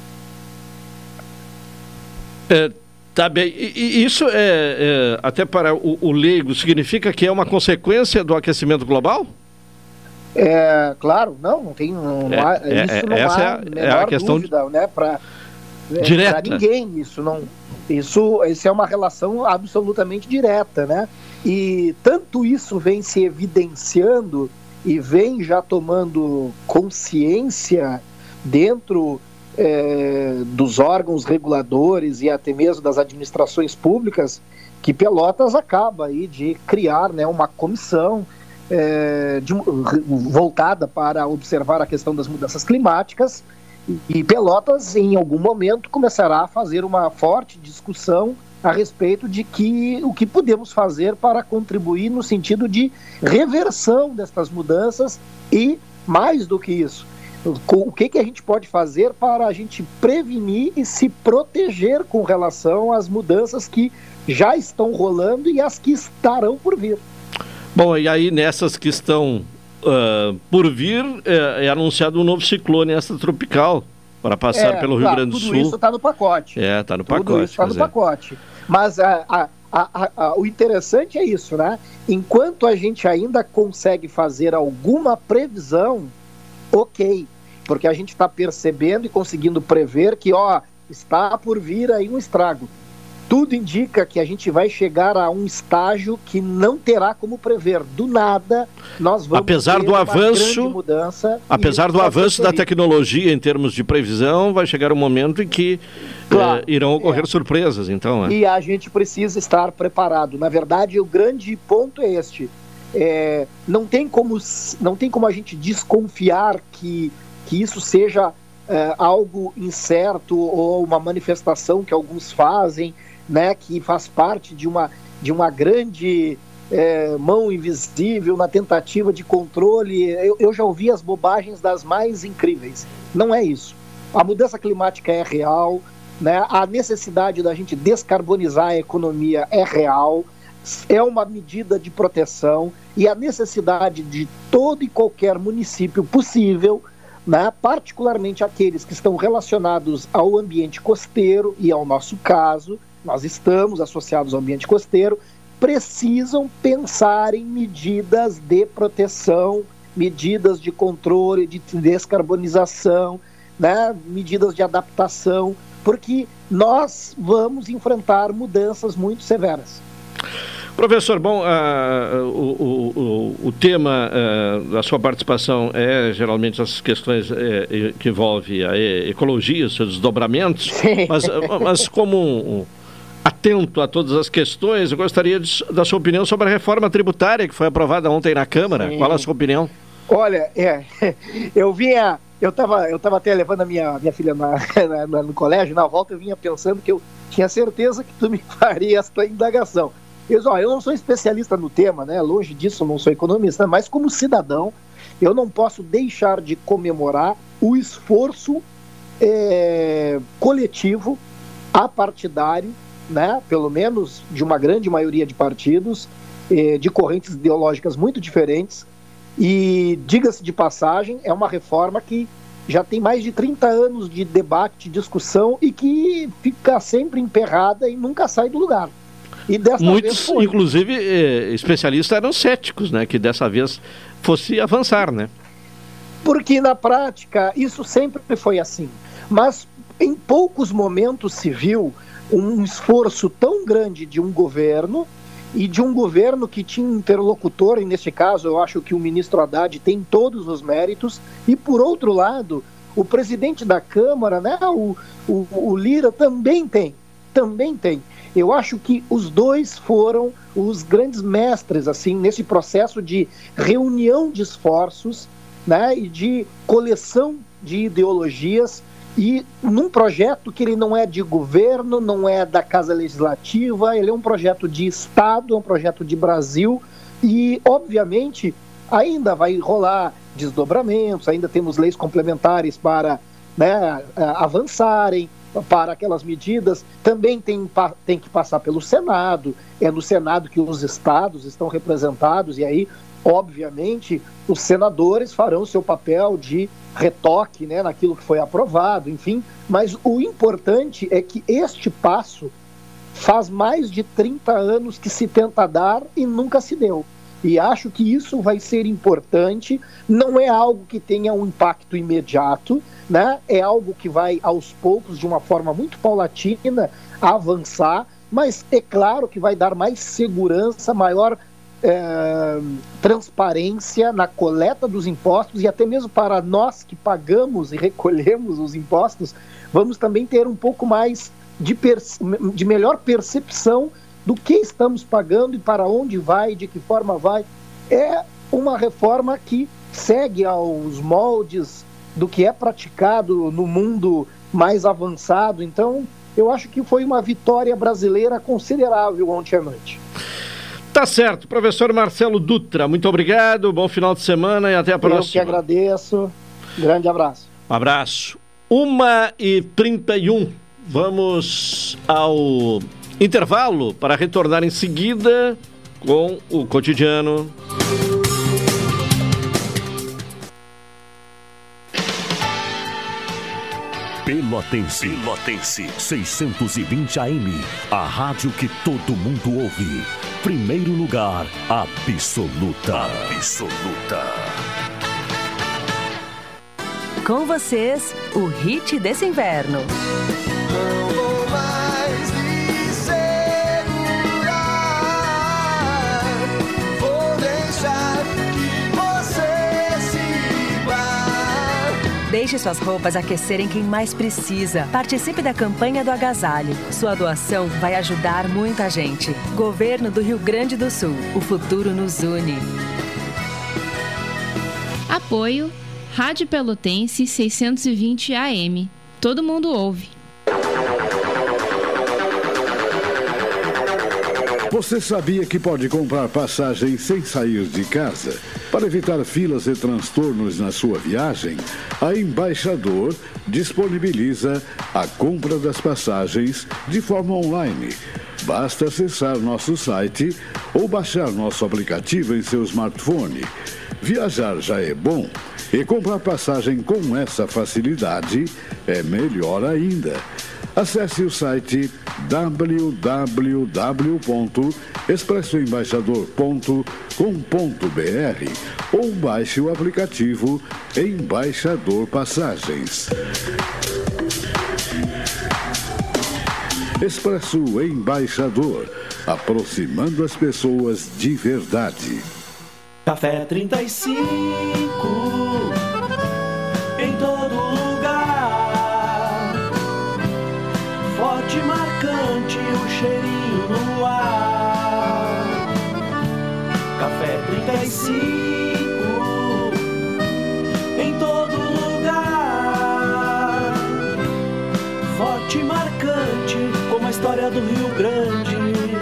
É, tá bem. E, e isso, é, é, até para o, o leigo, significa que é uma consequência do aquecimento global? É, claro, não, não tem. Não é, há, é, isso não essa há é a, é a questão dúvida, né? Para direta. ninguém. Isso não. Isso, isso é uma relação absolutamente direta, né? E tanto isso vem se evidenciando e vem já tomando consciência dentro é, dos órgãos reguladores e até mesmo das administrações públicas, que Pelotas acaba aí de criar, né, uma comissão é, de, voltada para observar a questão das mudanças climáticas, e Pelotas em algum momento começará a fazer uma forte discussão a respeito de que, o que podemos fazer para contribuir no sentido de reversão destas mudanças e, mais do que isso, o que, que a gente pode fazer para a gente prevenir e se proteger com relação às mudanças que já estão rolando e as que estarão por vir. Bom, e aí nessas que estão uh, por vir, é, é anunciado um novo ciclone extratropical para passar é, pelo Rio claro, Grande do tudo Sul. Tudo isso está no pacote. É, está no tudo pacote. Isso está no pacote. Mas a, a, a, a, o interessante é isso, né? Enquanto a gente ainda consegue fazer alguma previsão, ok, porque a gente está percebendo e conseguindo prever que, ó, está por vir aí um estrago. Tudo indica que a gente vai chegar a um estágio que não terá como prever. Do nada, nós vamos apesar ter do uma avanço, grande mudança. apesar do avanço da tecnologia em termos de previsão, vai chegar um momento em que claro, eh, irão ocorrer é. surpresas, então. É. E a gente precisa estar preparado. Na verdade, o grande ponto é este. É, não tem como, não tem como a gente desconfiar que, que isso seja é, algo incerto ou uma manifestação que alguns fazem, né, que faz parte de uma, de uma grande é, mão invisível na tentativa de controle. Eu, eu já ouvi as bobagens das mais incríveis. Não é isso. A mudança climática é real, né? A necessidade da gente descarbonizar a economia é real, é uma medida de proteção, e a necessidade de todo e qualquer município possível, né, particularmente aqueles que estão relacionados ao ambiente costeiro, e ao nosso caso, nós estamos associados ao ambiente costeiro, precisam pensar em medidas de proteção, medidas de controle, de descarbonização, né, medidas de adaptação, porque nós vamos enfrentar mudanças muito severas. Professor, bom, uh, o, o, o tema uh, da sua participação é geralmente as questões uh, que envolvem a ecologia, seus desdobramentos, mas, mas como um, atento a todas as questões, eu gostaria de, da sua opinião sobre a reforma tributária que foi aprovada ontem na Câmara. Sim. Qual a sua opinião? Olha, é, eu vinha, eu estava eu tava até levando a minha, minha filha na, na, no colégio, na volta eu vinha pensando que eu tinha certeza que tu me faria essa indagação. Eu, ó, eu não sou especialista no tema, né? Longe disso, eu não sou economista, mas como cidadão, eu não posso deixar de comemorar o esforço é, coletivo, apartidário, né? Pelo menos de uma grande maioria de partidos, é, de correntes ideológicas muito diferentes, e, diga-se de passagem, é uma reforma que já tem mais de trinta anos de debate, discussão, e que fica sempre emperrada e nunca sai do lugar. E dessa Muitos, vez inclusive, eh, especialistas eram céticos, né, que dessa vez fosse avançar, né? Porque na prática isso sempre foi assim, mas em poucos momentos se viu um esforço tão grande de um governo, e de um governo que tinha um interlocutor, e neste caso eu acho que o ministro Haddad tem todos os méritos, e por outro lado, o presidente da Câmara, né, o, o, o Lira também tem, também tem. Eu acho que os dois foram os grandes mestres, assim, nesse processo de reunião de esforços, né, e de coleção de ideologias, e num projeto que ele não é de governo, não é da Casa Legislativa, ele é um projeto de Estado, é um projeto de Brasil, e, obviamente, ainda vai rolar desdobramentos, ainda temos leis complementares para, né, avançarem, para aquelas medidas, também tem, tem que passar pelo Senado, é no Senado que os estados estão representados, e aí, obviamente, os senadores farão seu papel de retoque, né, naquilo que foi aprovado, enfim, mas o importante é que este passo faz mais de trinta anos que se tenta dar e nunca se deu. E acho que isso vai ser importante, não é algo que tenha um impacto imediato, né? É algo que vai aos poucos, de uma forma muito paulatina, avançar, mas é claro que vai dar mais segurança, maior é, transparência na coleta dos impostos, e até mesmo para nós que pagamos e recolhemos os impostos, vamos também ter um pouco mais de, de melhor percepção do que estamos pagando e para onde vai, de que forma vai. É uma reforma que segue aos moldes do que é praticado no mundo mais avançado. Então, eu acho que foi uma vitória brasileira considerável ontem à noite. Tá certo. Professor Marcelo Dutra, muito obrigado, bom final de semana e até a próxima. Eu que agradeço. Grande abraço. Um abraço. uma e trinta e um. Vamos ao intervalo para retornar em seguida com o Cotidiano. Pelotense, Pelotense, seiscentos e vinte A M, a rádio que todo mundo ouve. Primeiro lugar, absoluta. Absoluta. Com vocês, o hit desse inverno. Deixe suas roupas aquecerem quem mais precisa. Participe da campanha do agasalho. Sua doação vai ajudar muita gente. Governo do Rio Grande do Sul. O futuro nos une. Apoio Rádio Pelotense seiscentos e vinte A M. Todo mundo ouve. Você sabia que pode comprar passagem sem sair de casa? Para evitar filas e transtornos na sua viagem, a Embaixador disponibiliza a compra das passagens de forma online. Basta acessar nosso site ou baixar nosso aplicativo em seu smartphone. Viajar já é bom e comprar passagem com essa facilidade é melhor ainda. Acesse o site w w w ponto expresso embaixador ponto com ponto b r ou baixe o aplicativo Embaixador Passagens. Expresso Embaixador, aproximando as pessoas de verdade. Café trinta e cinco, em todo lugar. Forte e marcante, o cheirinho no ar. Café trinta e cinco, em todo lugar. Forte e marcante, como a história do Rio Grande.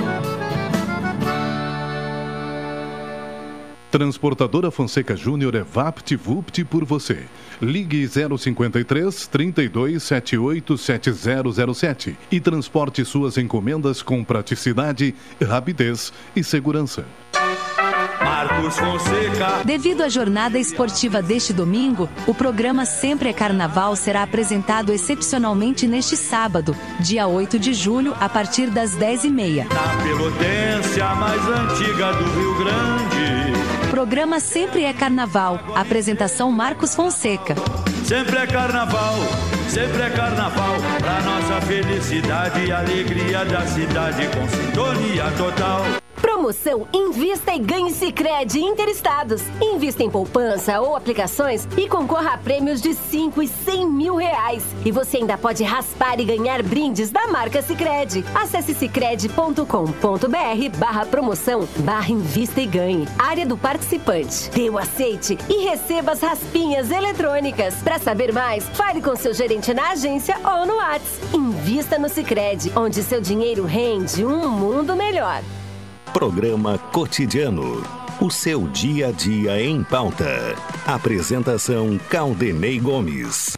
Transportadora Fonseca Júnior é VaptVupt por você. Ligue zero cinquenta e três, trinta e dois, setenta e oito, setenta zero sete e transporte suas encomendas com praticidade, rapidez e segurança. Marcos Fonseca. Devido à jornada esportiva deste domingo, o programa Sempre é Carnaval será apresentado excepcionalmente neste sábado, dia oito de julho, a partir das dez e meia. Na Pelotense, a mais antiga do Rio Grande. Programa Sempre é Carnaval. Apresentação Marcos Fonseca. Sempre é carnaval, sempre é carnaval. Pra nossa felicidade e alegria da cidade com sintonia total. Promoção Invista e Ganhe Sicredi Interestados. Invista em poupança ou aplicações e concorra a prêmios de cinco e cem mil reais. E você ainda pode raspar e ganhar brindes da marca Sicredi. Acesse sicredi ponto com ponto b r barra promoção barra invista e ganhe. Área do participante. Dê o aceite e receba as raspinhas eletrônicas. Para saber mais, fale com seu gerente na agência ou no WhatsApp. Invista no Sicredi, onde seu dinheiro rende um mundo melhor. Programa Cotidiano. O seu dia a dia em pauta. Apresentação Caldenei Gomes.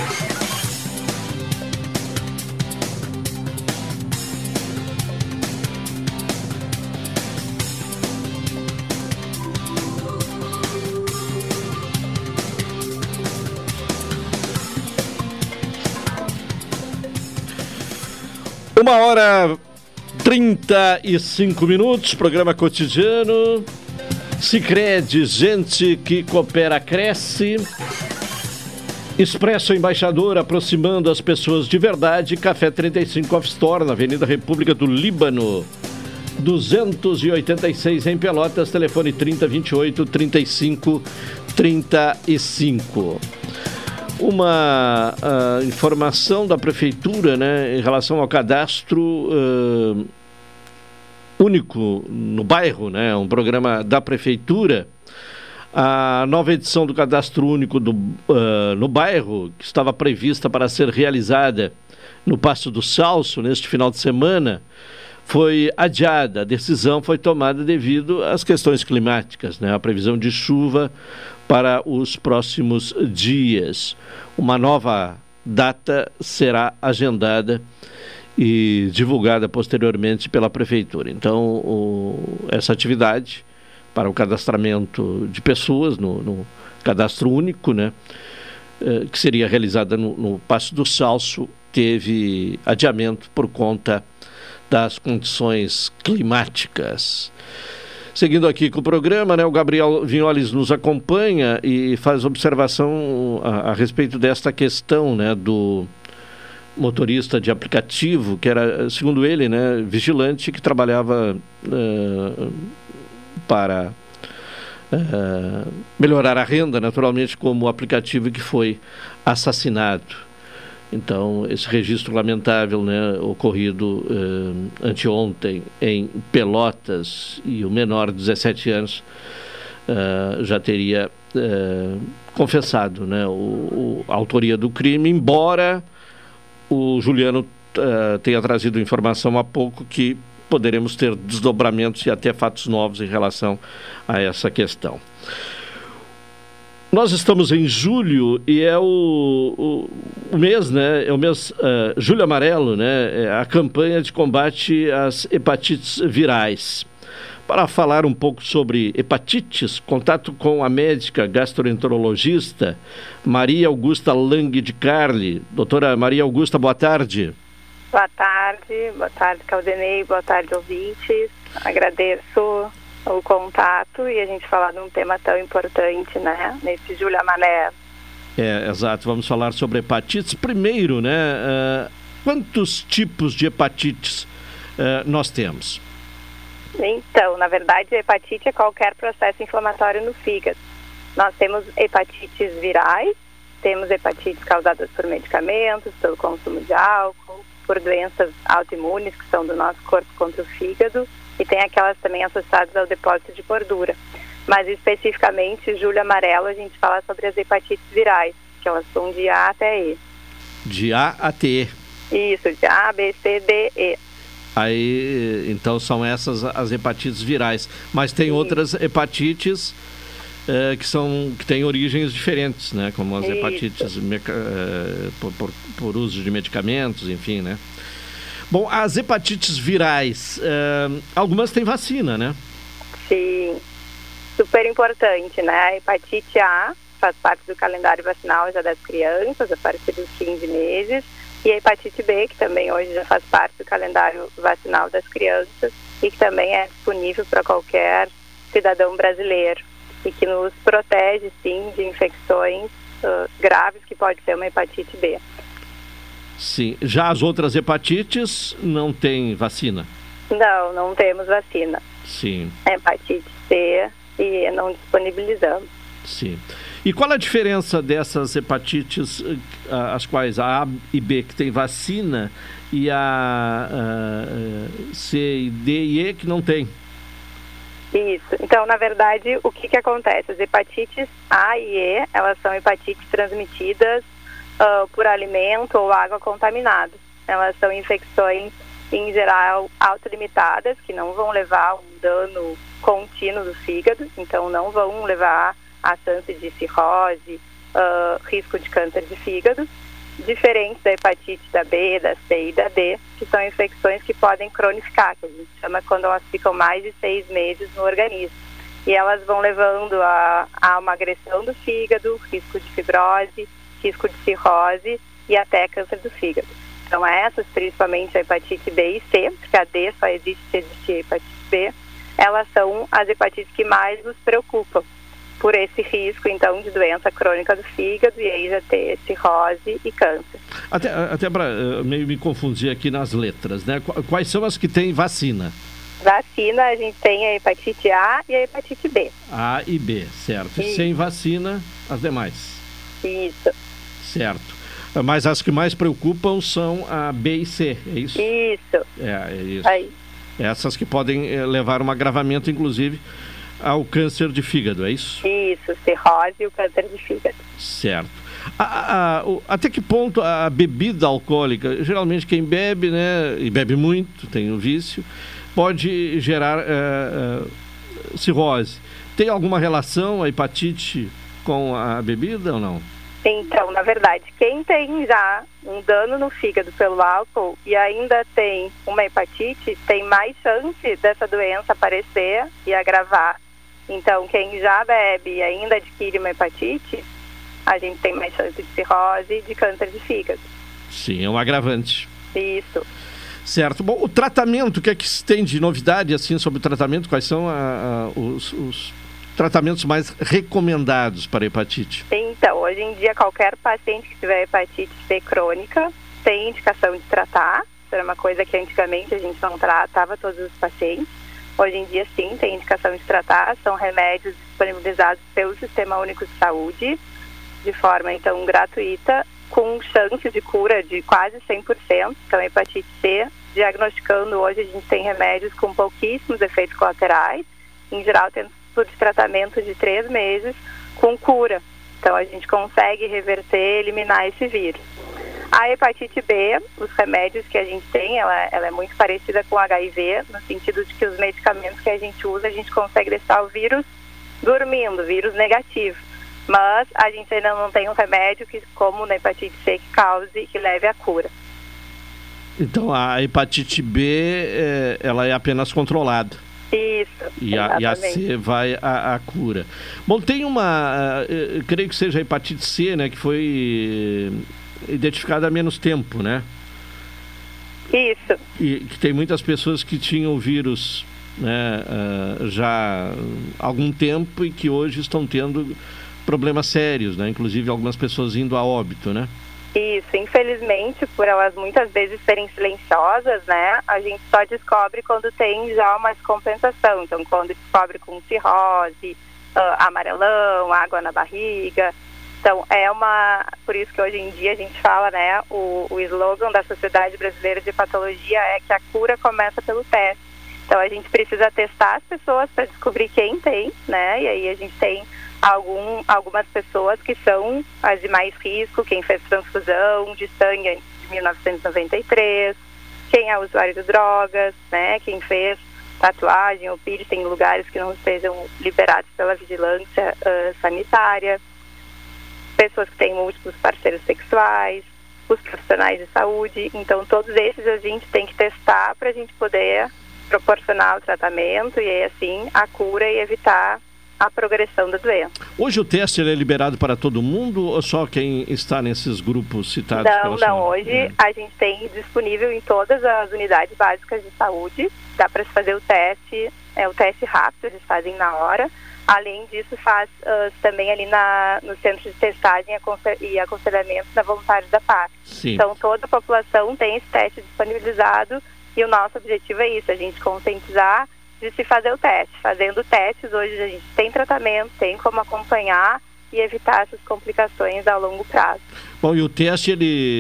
Uma hora trinta e cinco minutos, programa Cotidiano. Sicredi, gente que coopera, cresce. Expresso Embaixador, aproximando as pessoas de verdade. Café trinta e cinco Off Store, na Avenida República do Líbano, duzentos e oitenta e seis em Pelotas. Telefone trinta, vinte e oito, trinta e cinco, trinta e cinco. Uma uh, informação da Prefeitura, né, em relação ao cadastro uh, único no bairro, né, um programa da Prefeitura. A nova edição do Cadastro Único do, uh, no bairro, que estava prevista para ser realizada no Paço do Salso neste final de semana, foi adiada. A decisão foi tomada devido às questões climáticas, né? A previsão de chuva para os próximos dias. Uma nova data será agendada e divulgada posteriormente pela Prefeitura. Então, o, essa atividade para o cadastramento de pessoas no, no Cadastro Único, né, eh, que seria realizada no, no Paço do Salso, teve adiamento por conta das condições climáticas. Seguindo aqui com o programa, né, o Gabriel Vinholes nos acompanha e faz observação a, a respeito desta questão, né, do motorista de aplicativo, que era, segundo ele, né, vigilante, que trabalhava uh, para uh, melhorar a renda, naturalmente, como o aplicativo que foi assassinado. Então, esse registro lamentável, né, ocorrido uh, anteontem em Pelotas, e o menor de dezessete anos uh, já teria uh, confessado, né, o, o, a autoria do crime, embora o Juliano uh, tenha trazido informação há pouco que poderemos ter desdobramentos e até fatos novos em relação a essa questão. Nós estamos em julho e é o, o, o mês, né? É o mês uh, Julho Amarelo, né? É a campanha de combate às hepatites virais. Para falar um pouco sobre hepatites, contato com a médica gastroenterologista Maria Augusta Lang de Carli. Doutora Maria Augusta, boa tarde. Boa tarde, boa tarde, Caldenei, boa tarde, ouvintes. Agradeço o contato e a gente falar de um tema tão importante, né, nesse Julho Amarelo. É, exato, vamos falar sobre hepatites. Primeiro, né, uh, quantos tipos de hepatites uh, nós temos? Então, na verdade, a hepatite é qualquer processo inflamatório no fígado. Nós temos hepatites virais, temos hepatites causadas por medicamentos, pelo consumo de álcool, por doenças autoimunes que são do nosso corpo contra o fígado, e tem aquelas também associadas ao depósito de gordura. Mas especificamente, Julho Amarelo, a gente fala sobre as hepatites virais, que elas são de A até E. De A até E. Isso, de A, B, C, D, E. Aí, então, são essas as hepatites virais. Mas tem Sim. outras hepatites eh, que, são, que têm origens diferentes, né? Como as Isso. hepatites meca, eh, por, por, por uso de medicamentos, enfim, né? Bom, as hepatites virais, uh, algumas têm vacina, né? Sim, super importante, né? A hepatite A faz parte do calendário vacinal já das crianças, a partir dos quinze meses, e a hepatite B, que também hoje já faz parte do calendário vacinal das crianças e que também é disponível para qualquer cidadão brasileiro e que nos protege, sim, de infecções uh, graves que pode ser uma hepatite B. Sim. Já as outras hepatites não tem vacina? Não, não temos vacina. Sim. Hepatite C e não disponibilizamos. Sim. E qual a diferença dessas hepatites, as quais a A e B que tem vacina e a, a C e D e E que não tem? Isso. Então, na verdade, o que, que acontece? As hepatites A e E, elas são hepatites transmitidas Uh, por alimento ou água contaminada. Elas são infecções, em geral, autolimitadas, que não vão levar a um dano contínuo do fígado, então não vão levar a chance de cirrose, uh, risco de câncer de fígado, diferente da hepatite da B, da C e da D, que são infecções que podem cronificar, que a gente chama quando elas ficam mais de seis meses no organismo. E elas vão levando a, a uma agressão do fígado, risco de fibrose, risco de cirrose e até câncer do fígado. Então essas, principalmente a hepatite B e C, porque a D só existe se existir hepatite B, elas são as hepatites que mais nos preocupam, por esse risco, então, de doença crônica do fígado, e aí já ter cirrose e câncer. Até, até para uh, me, me confundir aqui nas letras, né? Quais são as que têm vacina? Vacina, a gente tem a hepatite A e a hepatite B. A e B, certo. E sem vacina, as demais. Isso. Certo. Mas as que mais preocupam são a B e C, é isso? Isso. É, é isso. Aí. Essas que podem eh, levar a um agravamento, inclusive, ao câncer de fígado, é isso? Isso, cirrose e o câncer de fígado. Certo. A, a, a, o, até que ponto a bebida alcoólica, geralmente quem bebe, né, e bebe muito, tem um vício, pode gerar uh, uh, cirrose. Tem alguma relação a hepatite com a bebida ou não? Então, na verdade, quem tem já um dano no fígado pelo álcool e ainda tem uma hepatite, tem mais chance dessa doença aparecer e agravar. Então, quem já bebe e ainda adquire uma hepatite, a gente tem mais chance de cirrose e de câncer de fígado. Sim, é um agravante. Isso. Certo. Bom, o tratamento, o que é que se tem de novidade assim sobre o tratamento? Quais são a, a, os, os tratamentos mais recomendados para a hepatite? Então, hoje em dia, qualquer paciente que tiver hepatite C crônica tem indicação de tratar. Isso era uma coisa que antigamente a gente não tratava todos os pacientes. Hoje em dia, sim, tem indicação de tratar. São remédios disponibilizados pelo Sistema Único de Saúde, de forma, então, gratuita, com chance de cura de quase cem por cento. Então, hepatite C, diagnosticando hoje, a gente tem remédios com pouquíssimos efeitos colaterais, em geral, tendo de tratamento de três meses, com cura. Então, a gente consegue reverter, eliminar esse vírus. A hepatite B, os remédios que a gente tem, ela, ela é muito parecida com H I V, no sentido de que os medicamentos que a gente usa, a gente consegue deixar o vírus dormindo, vírus negativo. Mas a gente ainda não tem um remédio que, como na hepatite C, que cause, que leve à cura. Então, a hepatite B, é, ela é apenas controlada. Isso, e a, e a C vai à, à cura. Bom, tem uma, eu creio que seja a hepatite C, né, que foi identificada há menos tempo, né? Isso. E que tem muitas pessoas que tinham o vírus, né, uh, já há algum tempo e que hoje estão tendo problemas sérios, né? Inclusive algumas pessoas indo a óbito, né? Isso, infelizmente, por elas muitas vezes serem silenciosas, né, a gente só descobre quando tem já uma descompensação. Então, quando descobre com cirrose, uh, amarelão, água na barriga. Então, é uma... Por isso que hoje em dia a gente fala, né, o, o slogan da Sociedade Brasileira de Hepatologia é que a cura começa pelo teste. Então, a gente precisa testar as pessoas para descobrir quem tem, né, e aí a gente tem Algum, algumas pessoas que são as de mais risco, quem fez transfusão de sangue antes de mil novecentos e noventa e três, quem é usuário de drogas, né, quem fez tatuagem ou piercing em lugares que não estejam liberados pela vigilância uh, sanitária, pessoas que têm múltiplos parceiros sexuais, os profissionais de saúde. Então, todos esses a gente tem que testar para a gente poder proporcionar o tratamento e, assim, a cura e evitar a progressão da doença. Hoje o teste ele é liberado para todo mundo ou só quem está nesses grupos citados? Não, não. Hoje é. a gente tem disponível em todas as unidades básicas de saúde. Dá para se fazer o teste, é o teste rápido, eles fazem na hora. Além disso, faz uh, também ali na, no centro de testagem e aconselhamento da Voluntários da Pátria. Sim. Então, toda a população tem esse teste disponibilizado e o nosso objetivo é isso, a gente conscientizar de se fazer o teste. Fazendo testes, hoje a gente tem tratamento, tem como acompanhar e evitar essas complicações a longo prazo. Bom, e o teste,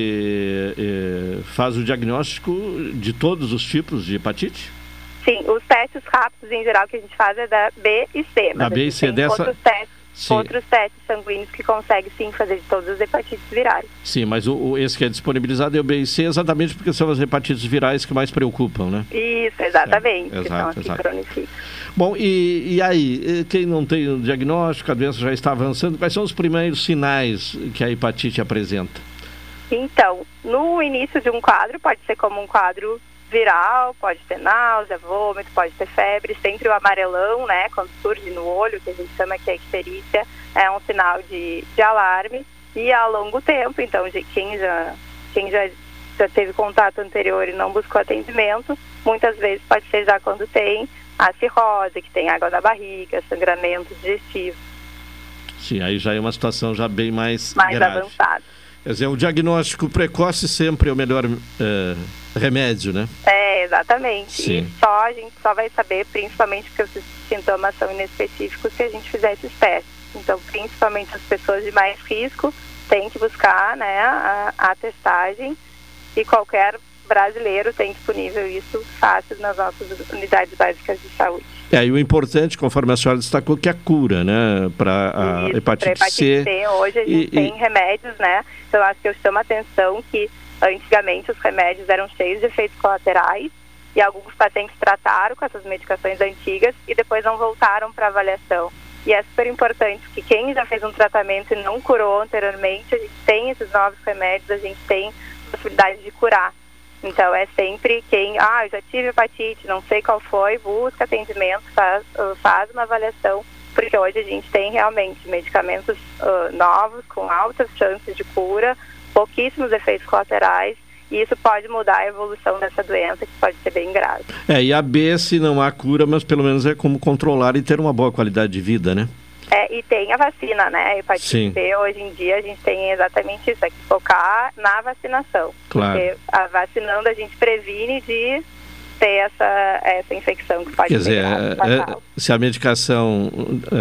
ele é, faz o diagnóstico de todos os tipos de hepatite? Sim, os testes rápidos em geral que a gente faz é da B e C. Da B e C, dessa... Outros testes, outros testes sanguíneos que consegue sim fazer de todas as hepatites virais. Sim, mas o, o, esse que é disponibilizado é o B e C exatamente porque são as hepatites virais que mais preocupam, né? Isso, exatamente. É, exato, que exato. Bom, e, e aí, quem não tem o diagnóstico, a doença já está avançando, quais são os primeiros sinais que a hepatite apresenta? Então, no início de um quadro, pode ser como um quadro viral, pode ter náusea, vômito, pode ter febre, sempre o amarelão, né, quando surge no olho, que a gente chama que é icterícia, é um sinal de, de alarme, e a longo tempo, então, de quem já, quem já, já teve contato anterior e não buscou atendimento, muitas vezes pode ser já quando tem a cirrose, que tem água na barriga, sangramento digestivo. Sim, aí já é uma situação já bem mais, mais grave. avançada. Quer dizer, o diagnóstico precoce sempre é o melhor é, remédio, né? É, exatamente. Sim. E só a gente só vai saber, principalmente porque os sintomas são inespecíficos, se a gente fizer esses testes. Então, principalmente as pessoas de mais risco têm que buscar, né, a, a testagem, e qualquer brasileiro tem disponível isso fácil nas nossas unidades básicas de saúde. É, e o importante, conforme a senhora destacou, que é a cura, né, para a Isso, hepatite, hepatite C. C. Hoje a gente e, tem e... remédios, né, então eu acho que eu chamo a atenção que antigamente os remédios eram cheios de efeitos colaterais e alguns pacientes trataram com essas medicações antigas e depois não voltaram para avaliação. E é super importante que quem já fez um tratamento e não curou anteriormente, a gente tem esses novos remédios, a gente tem possibilidade de curar. Então é sempre quem, ah, eu já tive hepatite, não sei qual foi, busca atendimento, faz, faz uma avaliação, porque hoje a gente tem realmente medicamentos uh, novos, com altas chances de cura, pouquíssimos efeitos colaterais, e isso pode mudar a evolução dessa doença, que pode ser bem grave. É, e a B, se não há cura, mas pelo menos é como controlar e ter uma boa qualidade de vida, né? É, e tem a vacina, né? A hepatite Sim. C, hoje em dia, a gente tem exatamente isso, é que focar na vacinação. Claro. Porque a vacinando a gente previne de ter essa, essa infecção que pode Quer dizer, é, é, se a medicação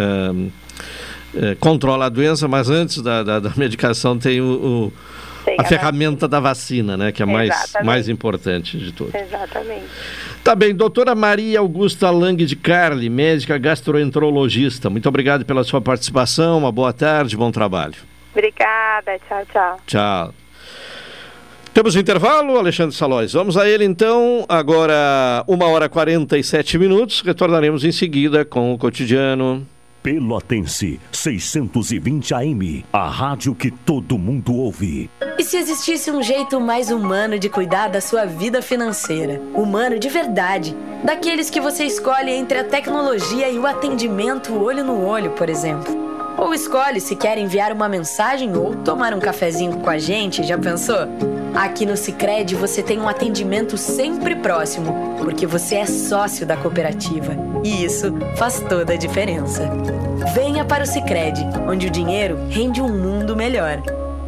é, é, controla a doença, mas antes da, da, da medicação tem o... o A, a ferramenta da vacina, né? Que é mais, mais importante de tudo. Exatamente. Tá bem, doutora Maria Augusta Lang de Carli, médica gastroenterologista. Muito obrigado pela sua participação, uma boa tarde, bom trabalho. Obrigada, tchau, tchau. Tchau. Temos um intervalo, Alexandre Salóis. Vamos a ele então, agora uma hora e quarenta e sete minutos. Retornaremos em seguida com o Cotidiano. Pelotense, seiscentos e vinte A M, a rádio que todo mundo ouve. E se existisse um jeito mais humano de cuidar da sua vida financeira? Humano de verdade. Daqueles que você escolhe entre a tecnologia e o atendimento olho no olho, por exemplo. Ou escolhe se quer enviar uma mensagem ou tomar um cafezinho com a gente, já pensou? Aqui no Sicredi você tem um atendimento sempre próximo, porque você é sócio da cooperativa. E isso faz toda a diferença. Venha para o Sicredi, onde o dinheiro rende um mundo melhor.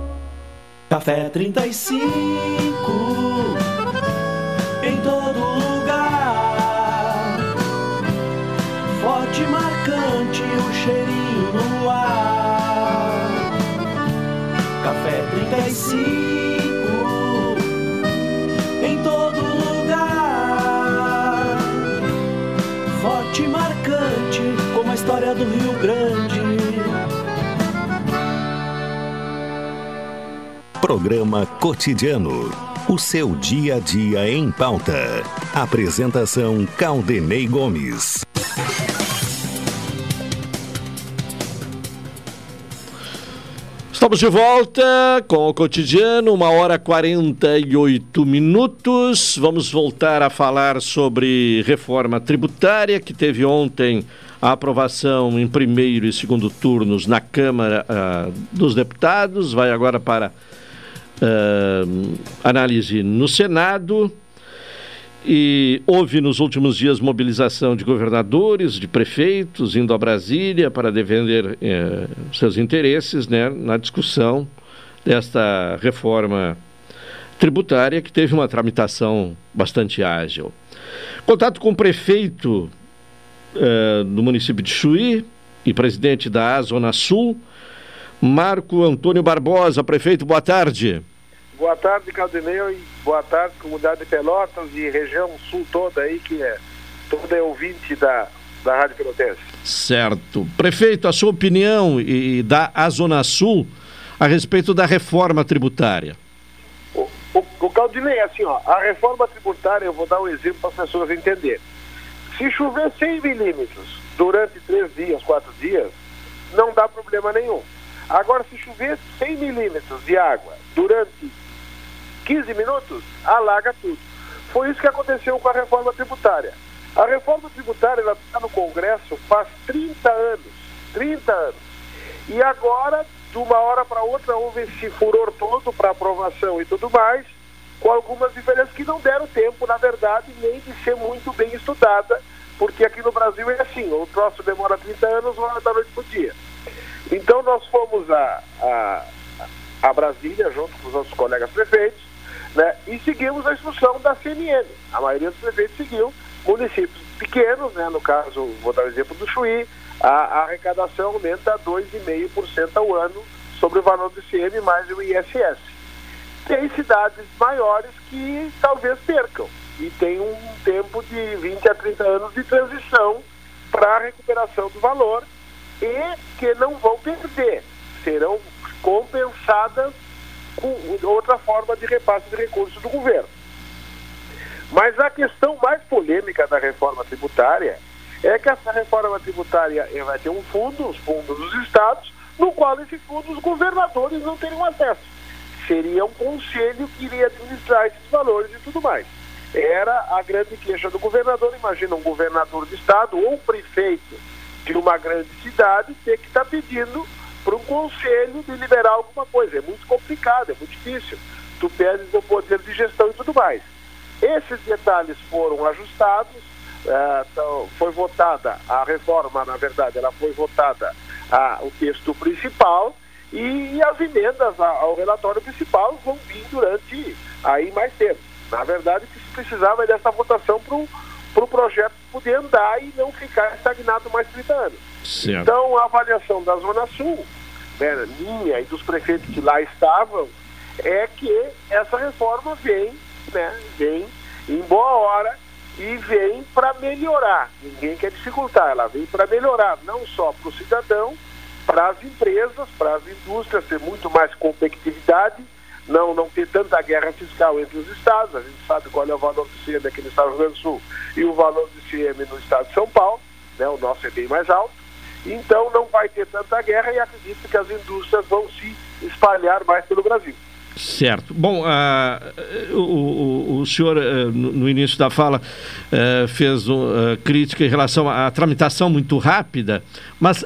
Café trinta e cinco, em todo lugar. Forte e marcante, o cheirinho no ar. Café trinta e cinco, em todo lugar. Forte e marcante, como a história do Rio Grande. Programa Cotidiano. O seu dia a dia em pauta. Apresentação Caldenei Gomes. Estamos de volta com o Cotidiano, uma hora e quarenta e oito minutos. Vamos voltar a falar sobre reforma tributária, que teve ontem a aprovação em primeiro e segundo turnos na Câmara uh, dos Deputados. Vai agora para uh, análise no Senado. E houve nos últimos dias mobilização de governadores, de prefeitos, indo a Brasília para defender eh, seus interesses, né, na discussão desta reforma tributária, que teve uma tramitação bastante ágil. Contato com o prefeito eh, do município de Chuí e presidente da A Zona Sul, Marco Antônio Barbosa. Prefeito, boa tarde. Boa tarde, Caldenei, e boa tarde, comunidade de Pelotas e região sul toda aí, que é toda é ouvinte da, da Rádio Pelotense. Certo. Prefeito, a sua opinião e da A Zona Sul a respeito da reforma tributária. O, o, o Caldenei, assim, ó, a reforma tributária, eu vou dar um exemplo para as pessoas entenderem. Se chover cem milímetros durante três dias, quatro dias, não dá problema nenhum. Agora, se chover cem milímetros de água durante quinze minutos, alaga tudo. Foi isso que aconteceu com a reforma tributária. A reforma tributária está no Congresso faz trinta anos. trinta anos. E agora, de uma hora para outra, houve esse furor todo para aprovação e tudo mais, com algumas diferenças que não deram tempo, na verdade, nem de ser muito bem estudada porque aqui no Brasil é assim, o troço demora trinta anos, uma da noite pro dia. Então nós fomos a, a, a Brasília, junto com os nossos colegas prefeitos, né, e seguimos a instrução da C N N. A maioria dos prefeitos seguiu, municípios pequenos, né, no caso, vou dar o exemplo do Chuí, a, a arrecadação aumenta a dois vírgula cinco por cento ao ano sobre o valor do I C M mais o I S S. Tem cidades maiores que talvez percam, e tem um tempo de vinte a trinta anos de transição para a recuperação do valor, e que não vão perder, serão compensadas com outra forma de repasse de recursos do governo. Mas a questão mais polêmica da reforma tributária é que essa reforma tributária vai ter um fundo, os fundos dos estados, no qual esse fundo os governadores não teriam acesso. Seria um conselho que iria administrar esses valores e tudo mais. Era a grande queixa do governador. Imagina um governador de estado ou um prefeito de uma grande cidade ter que estar pedindo para um conselho de liberar alguma coisa. É muito complicado, é muito difícil. Tu pedes o poder de gestão e tudo mais. Esses detalhes foram ajustados, uh, então, foi votada a reforma, na verdade, ela foi votada uh, o texto principal, e, e as emendas ao relatório principal vão vir durante aí mais tempo. Na verdade, o que se precisava é dessa votação para o pro projeto poder andar e não ficar estagnado mais trinta anos. Certo. Então, a avaliação da Zona Sul, né, minha e dos prefeitos que lá estavam, é que essa reforma vem, né, vem em boa hora e vem para melhorar. Ninguém quer dificultar, ela vem para melhorar, não só para o cidadão, para as empresas, para as indústrias, ter muito mais competitividade, não, não ter tanta guerra fiscal entre os estados. A gente sabe qual é o valor do C I E M aqui no estado do Rio Grande do Sul e o valor do C I E M no estado de São Paulo, né, o nosso é bem mais alto. Então não vai ter tanta guerra, e acredito que as indústrias vão se espalhar mais pelo Brasil. Certo. Bom, uh, o, o, o senhor, uh, no, no início da fala, uh, fez uh, crítica em relação à tramitação muito rápida, mas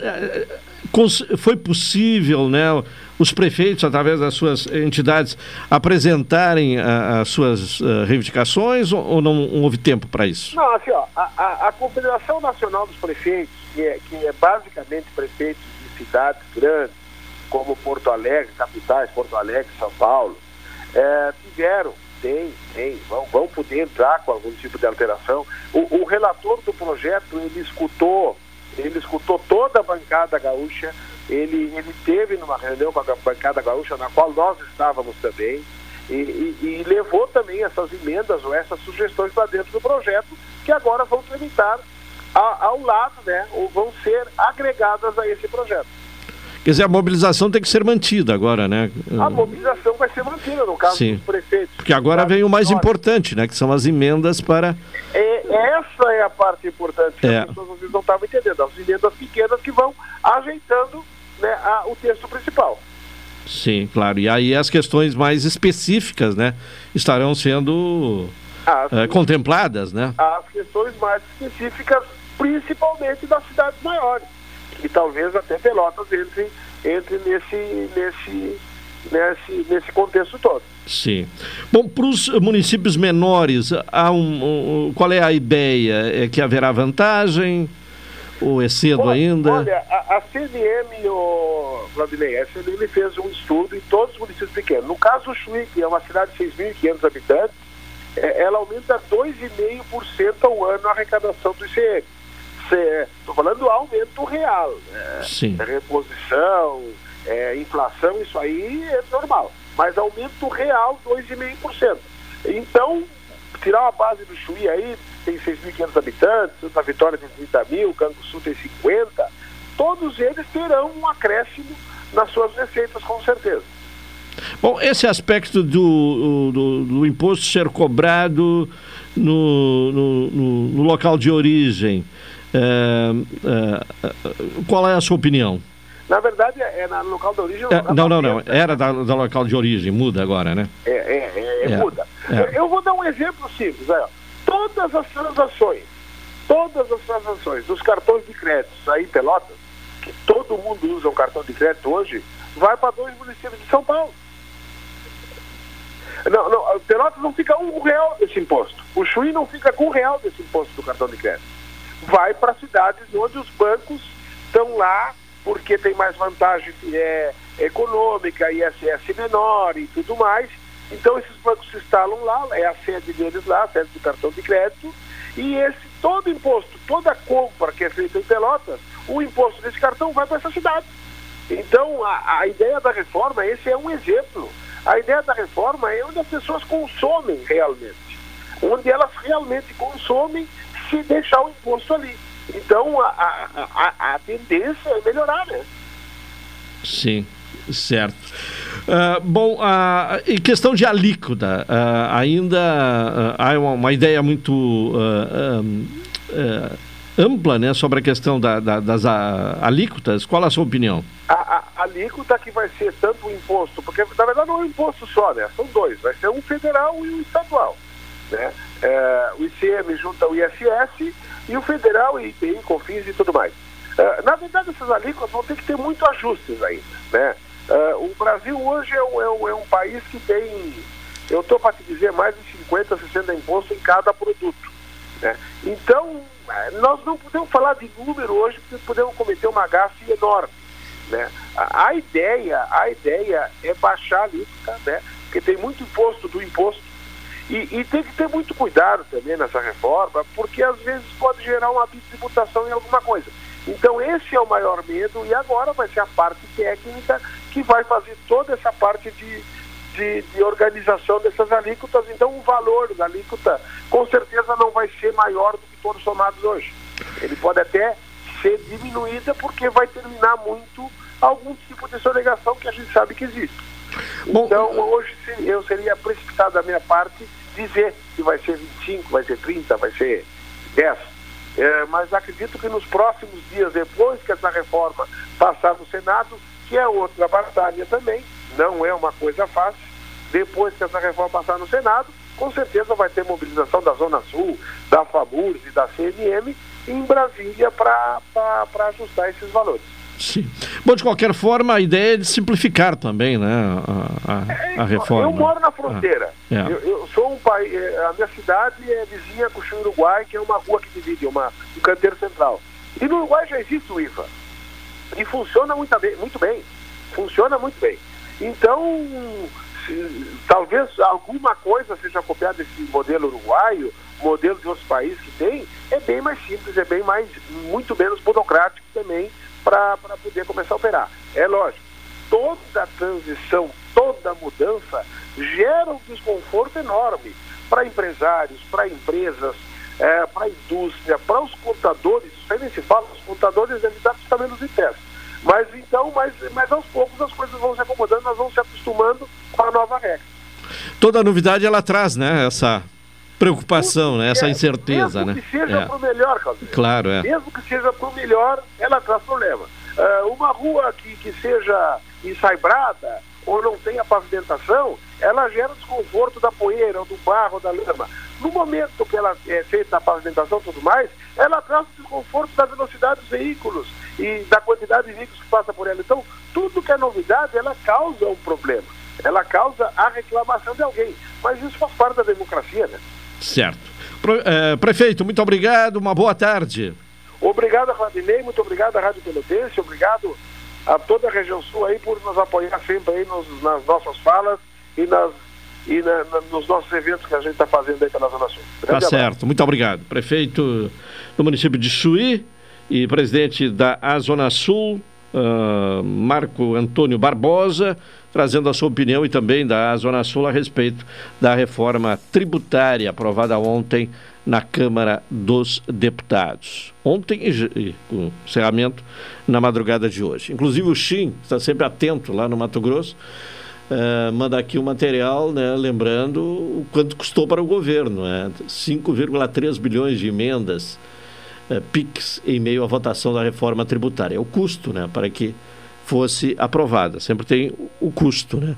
uh, foi possível, né, os prefeitos, através das suas entidades, apresentarem uh, as suas uh, reivindicações, ou, ou não houve tempo para isso? Não, assim, ó, a, a, a Confederação Nacional dos Prefeitos, que é, que é basicamente prefeitos de cidades grandes, como Porto Alegre, capitais, Porto Alegre, São Paulo, é, tiveram, tem, tem, vão, vão poder entrar com algum tipo de alteração. O, o relator do projeto, ele escutou, ele escutou toda a bancada gaúcha, ele, ele teve numa reunião com a bancada gaúcha, na qual nós estávamos também, e, e, e levou também essas emendas ou essas sugestões para dentro do projeto, que agora vão tramitar a, ao lado, né, ou vão ser agregadas a esse projeto. Quer dizer, a mobilização tem que ser mantida agora, né? A mobilização vai ser mantida, no caso Sim. dos prefeitos. Porque agora vem o mais importante, né? Que são as emendas para... É, essa é a parte importante que é. as pessoas às vezes não estavam entendendo. As emendas pequenas que vão ajeitando, né, a, o texto principal. Sim, claro. E aí as questões mais específicas, né? Estarão sendo as, é, contempladas, né? As questões mais específicas, principalmente das cidades maiores. E talvez até Pelotas entre, entre nesse, nesse, nesse, nesse contexto todo. Sim. Bom, para os municípios menores, há um, um, qual é a ideia? É que haverá vantagem? Ou é cedo Bom, ainda? Olha, a, a C N M, o Vladimir, a C N M fez um estudo em todos os municípios pequenos. No caso do Chuí, que é uma cidade de seis mil e quinhentos habitantes, é, ela aumenta dois vírgula cinco por cento ao ano a arrecadação do I C M. Estou falando do aumento real, é, reposição, é, inflação, isso aí é normal, mas aumento real dois vírgula cinco por cento. Então, tirar a base do Chuí aí, tem seis mil e quinhentos habitantes, Santa Vitória tem trinta mil, Canguçu tem cinquenta, todos eles terão um acréscimo nas suas receitas, com certeza. Bom, esse aspecto do, do, do imposto ser cobrado no, no, no, no local de origem, É, é, qual é a sua opinião? Na verdade, é no local de origem... É, não, não, não. Era da, da local de origem. Muda agora, né? É, é, é, é muda. É. Eu vou dar um exemplo simples. Aí, ó. Todas as transações, todas as transações dos cartões de crédito aí em Pelotas, que todo mundo usa um cartão de crédito hoje, vai para dois municípios de São Paulo. Não, não, Pelotas não fica um real desse imposto. O Chuí não fica com um real desse imposto do cartão de crédito. vai para cidades onde os bancos estão lá porque tem mais vantagem é, econômica, I S S menor e tudo mais. Então esses bancos se instalam lá, é a sede deles lá, a sede do cartão de crédito, e esse todo imposto, toda compra que é feita em Pelotas, o imposto desse cartão vai para essa cidade. Então a, a ideia da reforma, esse é um exemplo. A ideia da reforma é onde as pessoas consomem realmente, onde elas realmente consomem se deixar o imposto ali. Então a, a, a, a tendência é melhorar, né? Sim, certo. Uh, bom, uh, em questão de alíquota, uh, ainda uh, há uma, uma ideia muito uh, um, uh, ampla, né, sobre a questão da, da, das uh, alíquotas. Qual a sua opinião? A, a, a alíquota que vai ser tanto o imposto, porque na verdade não é um imposto só, né? São dois, vai ser um federal e um estadual, né? É, o I C M junta o I S S e o federal, I P I, COFINS e tudo mais. Uh, na verdade, essas alíquotas vão ter que ter muito ajustes ainda, né? Uh, o Brasil hoje é um, é, um, é um país que tem, eu estou para te dizer, mais de cinquenta, sessenta impostos em cada produto, né? Então, nós não podemos falar de número hoje, porque podemos cometer uma gafe enorme, né? A, a ideia, a ideia é baixar a alíquota, né? Porque tem muito imposto do imposto, e, e tem que ter muito cuidado também nessa reforma, porque às vezes pode gerar uma bitributação em alguma coisa. Então esse é o maior medo, e agora vai ser a parte técnica que vai fazer toda essa parte de, de, de organização dessas alíquotas. Então o valor da alíquota com certeza não vai ser maior do que todos somados hoje. Ele pode até ser diminuída porque vai terminar muito algum tipo de sonegação que a gente sabe que existe. Bom, então hoje eu seria precipitado da minha parte dizer que vai ser vinte e cinco, vai ser trinta, vai ser dez. É, mas acredito que nos próximos dias, depois que essa reforma passar no Senado, que é outra batalha também, não é uma coisa fácil, depois que essa reforma passar no Senado, com certeza vai ter mobilização da Zona Sul, da FAMURS e da C N M em Brasília para para ajustar esses valores. Sim. Bom, de qualquer forma, a ideia é de simplificar também, né, a, a, a reforma. Eu moro na fronteira. Ah, é. eu, eu sou um país, a minha cidade é vizinha com o Uruguai, que é uma rua que divide, uma, um canteiro central. E no Uruguai já existe o I V A. E funciona muito bem, muito bem. Funciona muito bem. Então, se, talvez alguma coisa seja copiada desse modelo uruguaio, modelo de outros países que tem, é bem mais simples, é bem mais, muito menos burocrático também, para poder começar a operar. É lógico, toda transição, toda mudança gera um desconforto enorme para empresários, para empresas, é, para a indústria, para os contadores. Isso aí nem se fala, os contadores devem estar com menos de teste. Mas então, mas, mas aos poucos as coisas vão se acomodando, nós vamos se acostumando com a nova regra. Toda novidade ela traz, né, essa preocupação, né? Essa incerteza, mesmo né? que seja é. para o melhor, Caldeira. Claro, é. Mesmo que seja para o melhor, ela traz problema. Uh, uma rua que, que seja ensaibrada ou não tenha pavimentação, ela gera desconforto da poeira, ou do barro, ou da lama. No momento que ela é feita a pavimentação e tudo mais, ela traz desconforto da velocidade dos veículos e da quantidade de veículos que passa por ela. Então, tudo que é novidade, ela causa um problema. Ela causa a reclamação de alguém. Mas isso faz parte da democracia, né? Certo. Prefeito, muito obrigado, uma boa tarde. Obrigado, Radinei, muito obrigado à Rádio Pelotense, obrigado a toda a região sul aí por nos apoiar sempre aí nos, nas nossas falas e, nas, e na, na, nos nossos eventos que a gente está fazendo aí pela Zona Sul. Tá certo, muito obrigado. Prefeito do município de Chuí e presidente da A Zona Sul, uh, Marco Antônio Barbosa, trazendo a sua opinião e também da Zona Sul a respeito da reforma tributária aprovada ontem na Câmara dos Deputados. Ontem e com encerramento na madrugada de hoje. Inclusive o Xim está sempre atento lá no Mato Grosso, uh, manda aqui o um material, né, lembrando o quanto custou para o governo, né, cinco vírgula três bilhões de emendas uh, P I X em meio à votação da reforma tributária. É o custo, né, para que fosse aprovada. Sempre tem o custo, né,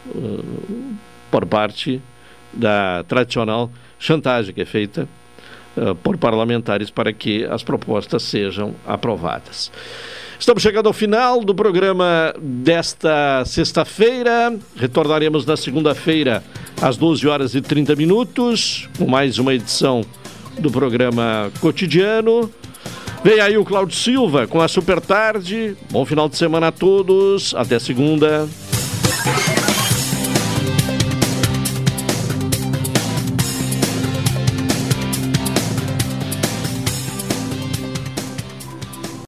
uh, por parte da tradicional chantagem que é feita uh, por parlamentares para que as propostas sejam aprovadas. Estamos chegando ao final do programa desta sexta-feira. Retornaremos na segunda-feira às doze horas e trinta minutos com mais uma edição do programa Cotidiano. Vem aí o Cláudio Silva com a Super Tarde. Bom final de semana a todos. Até segunda.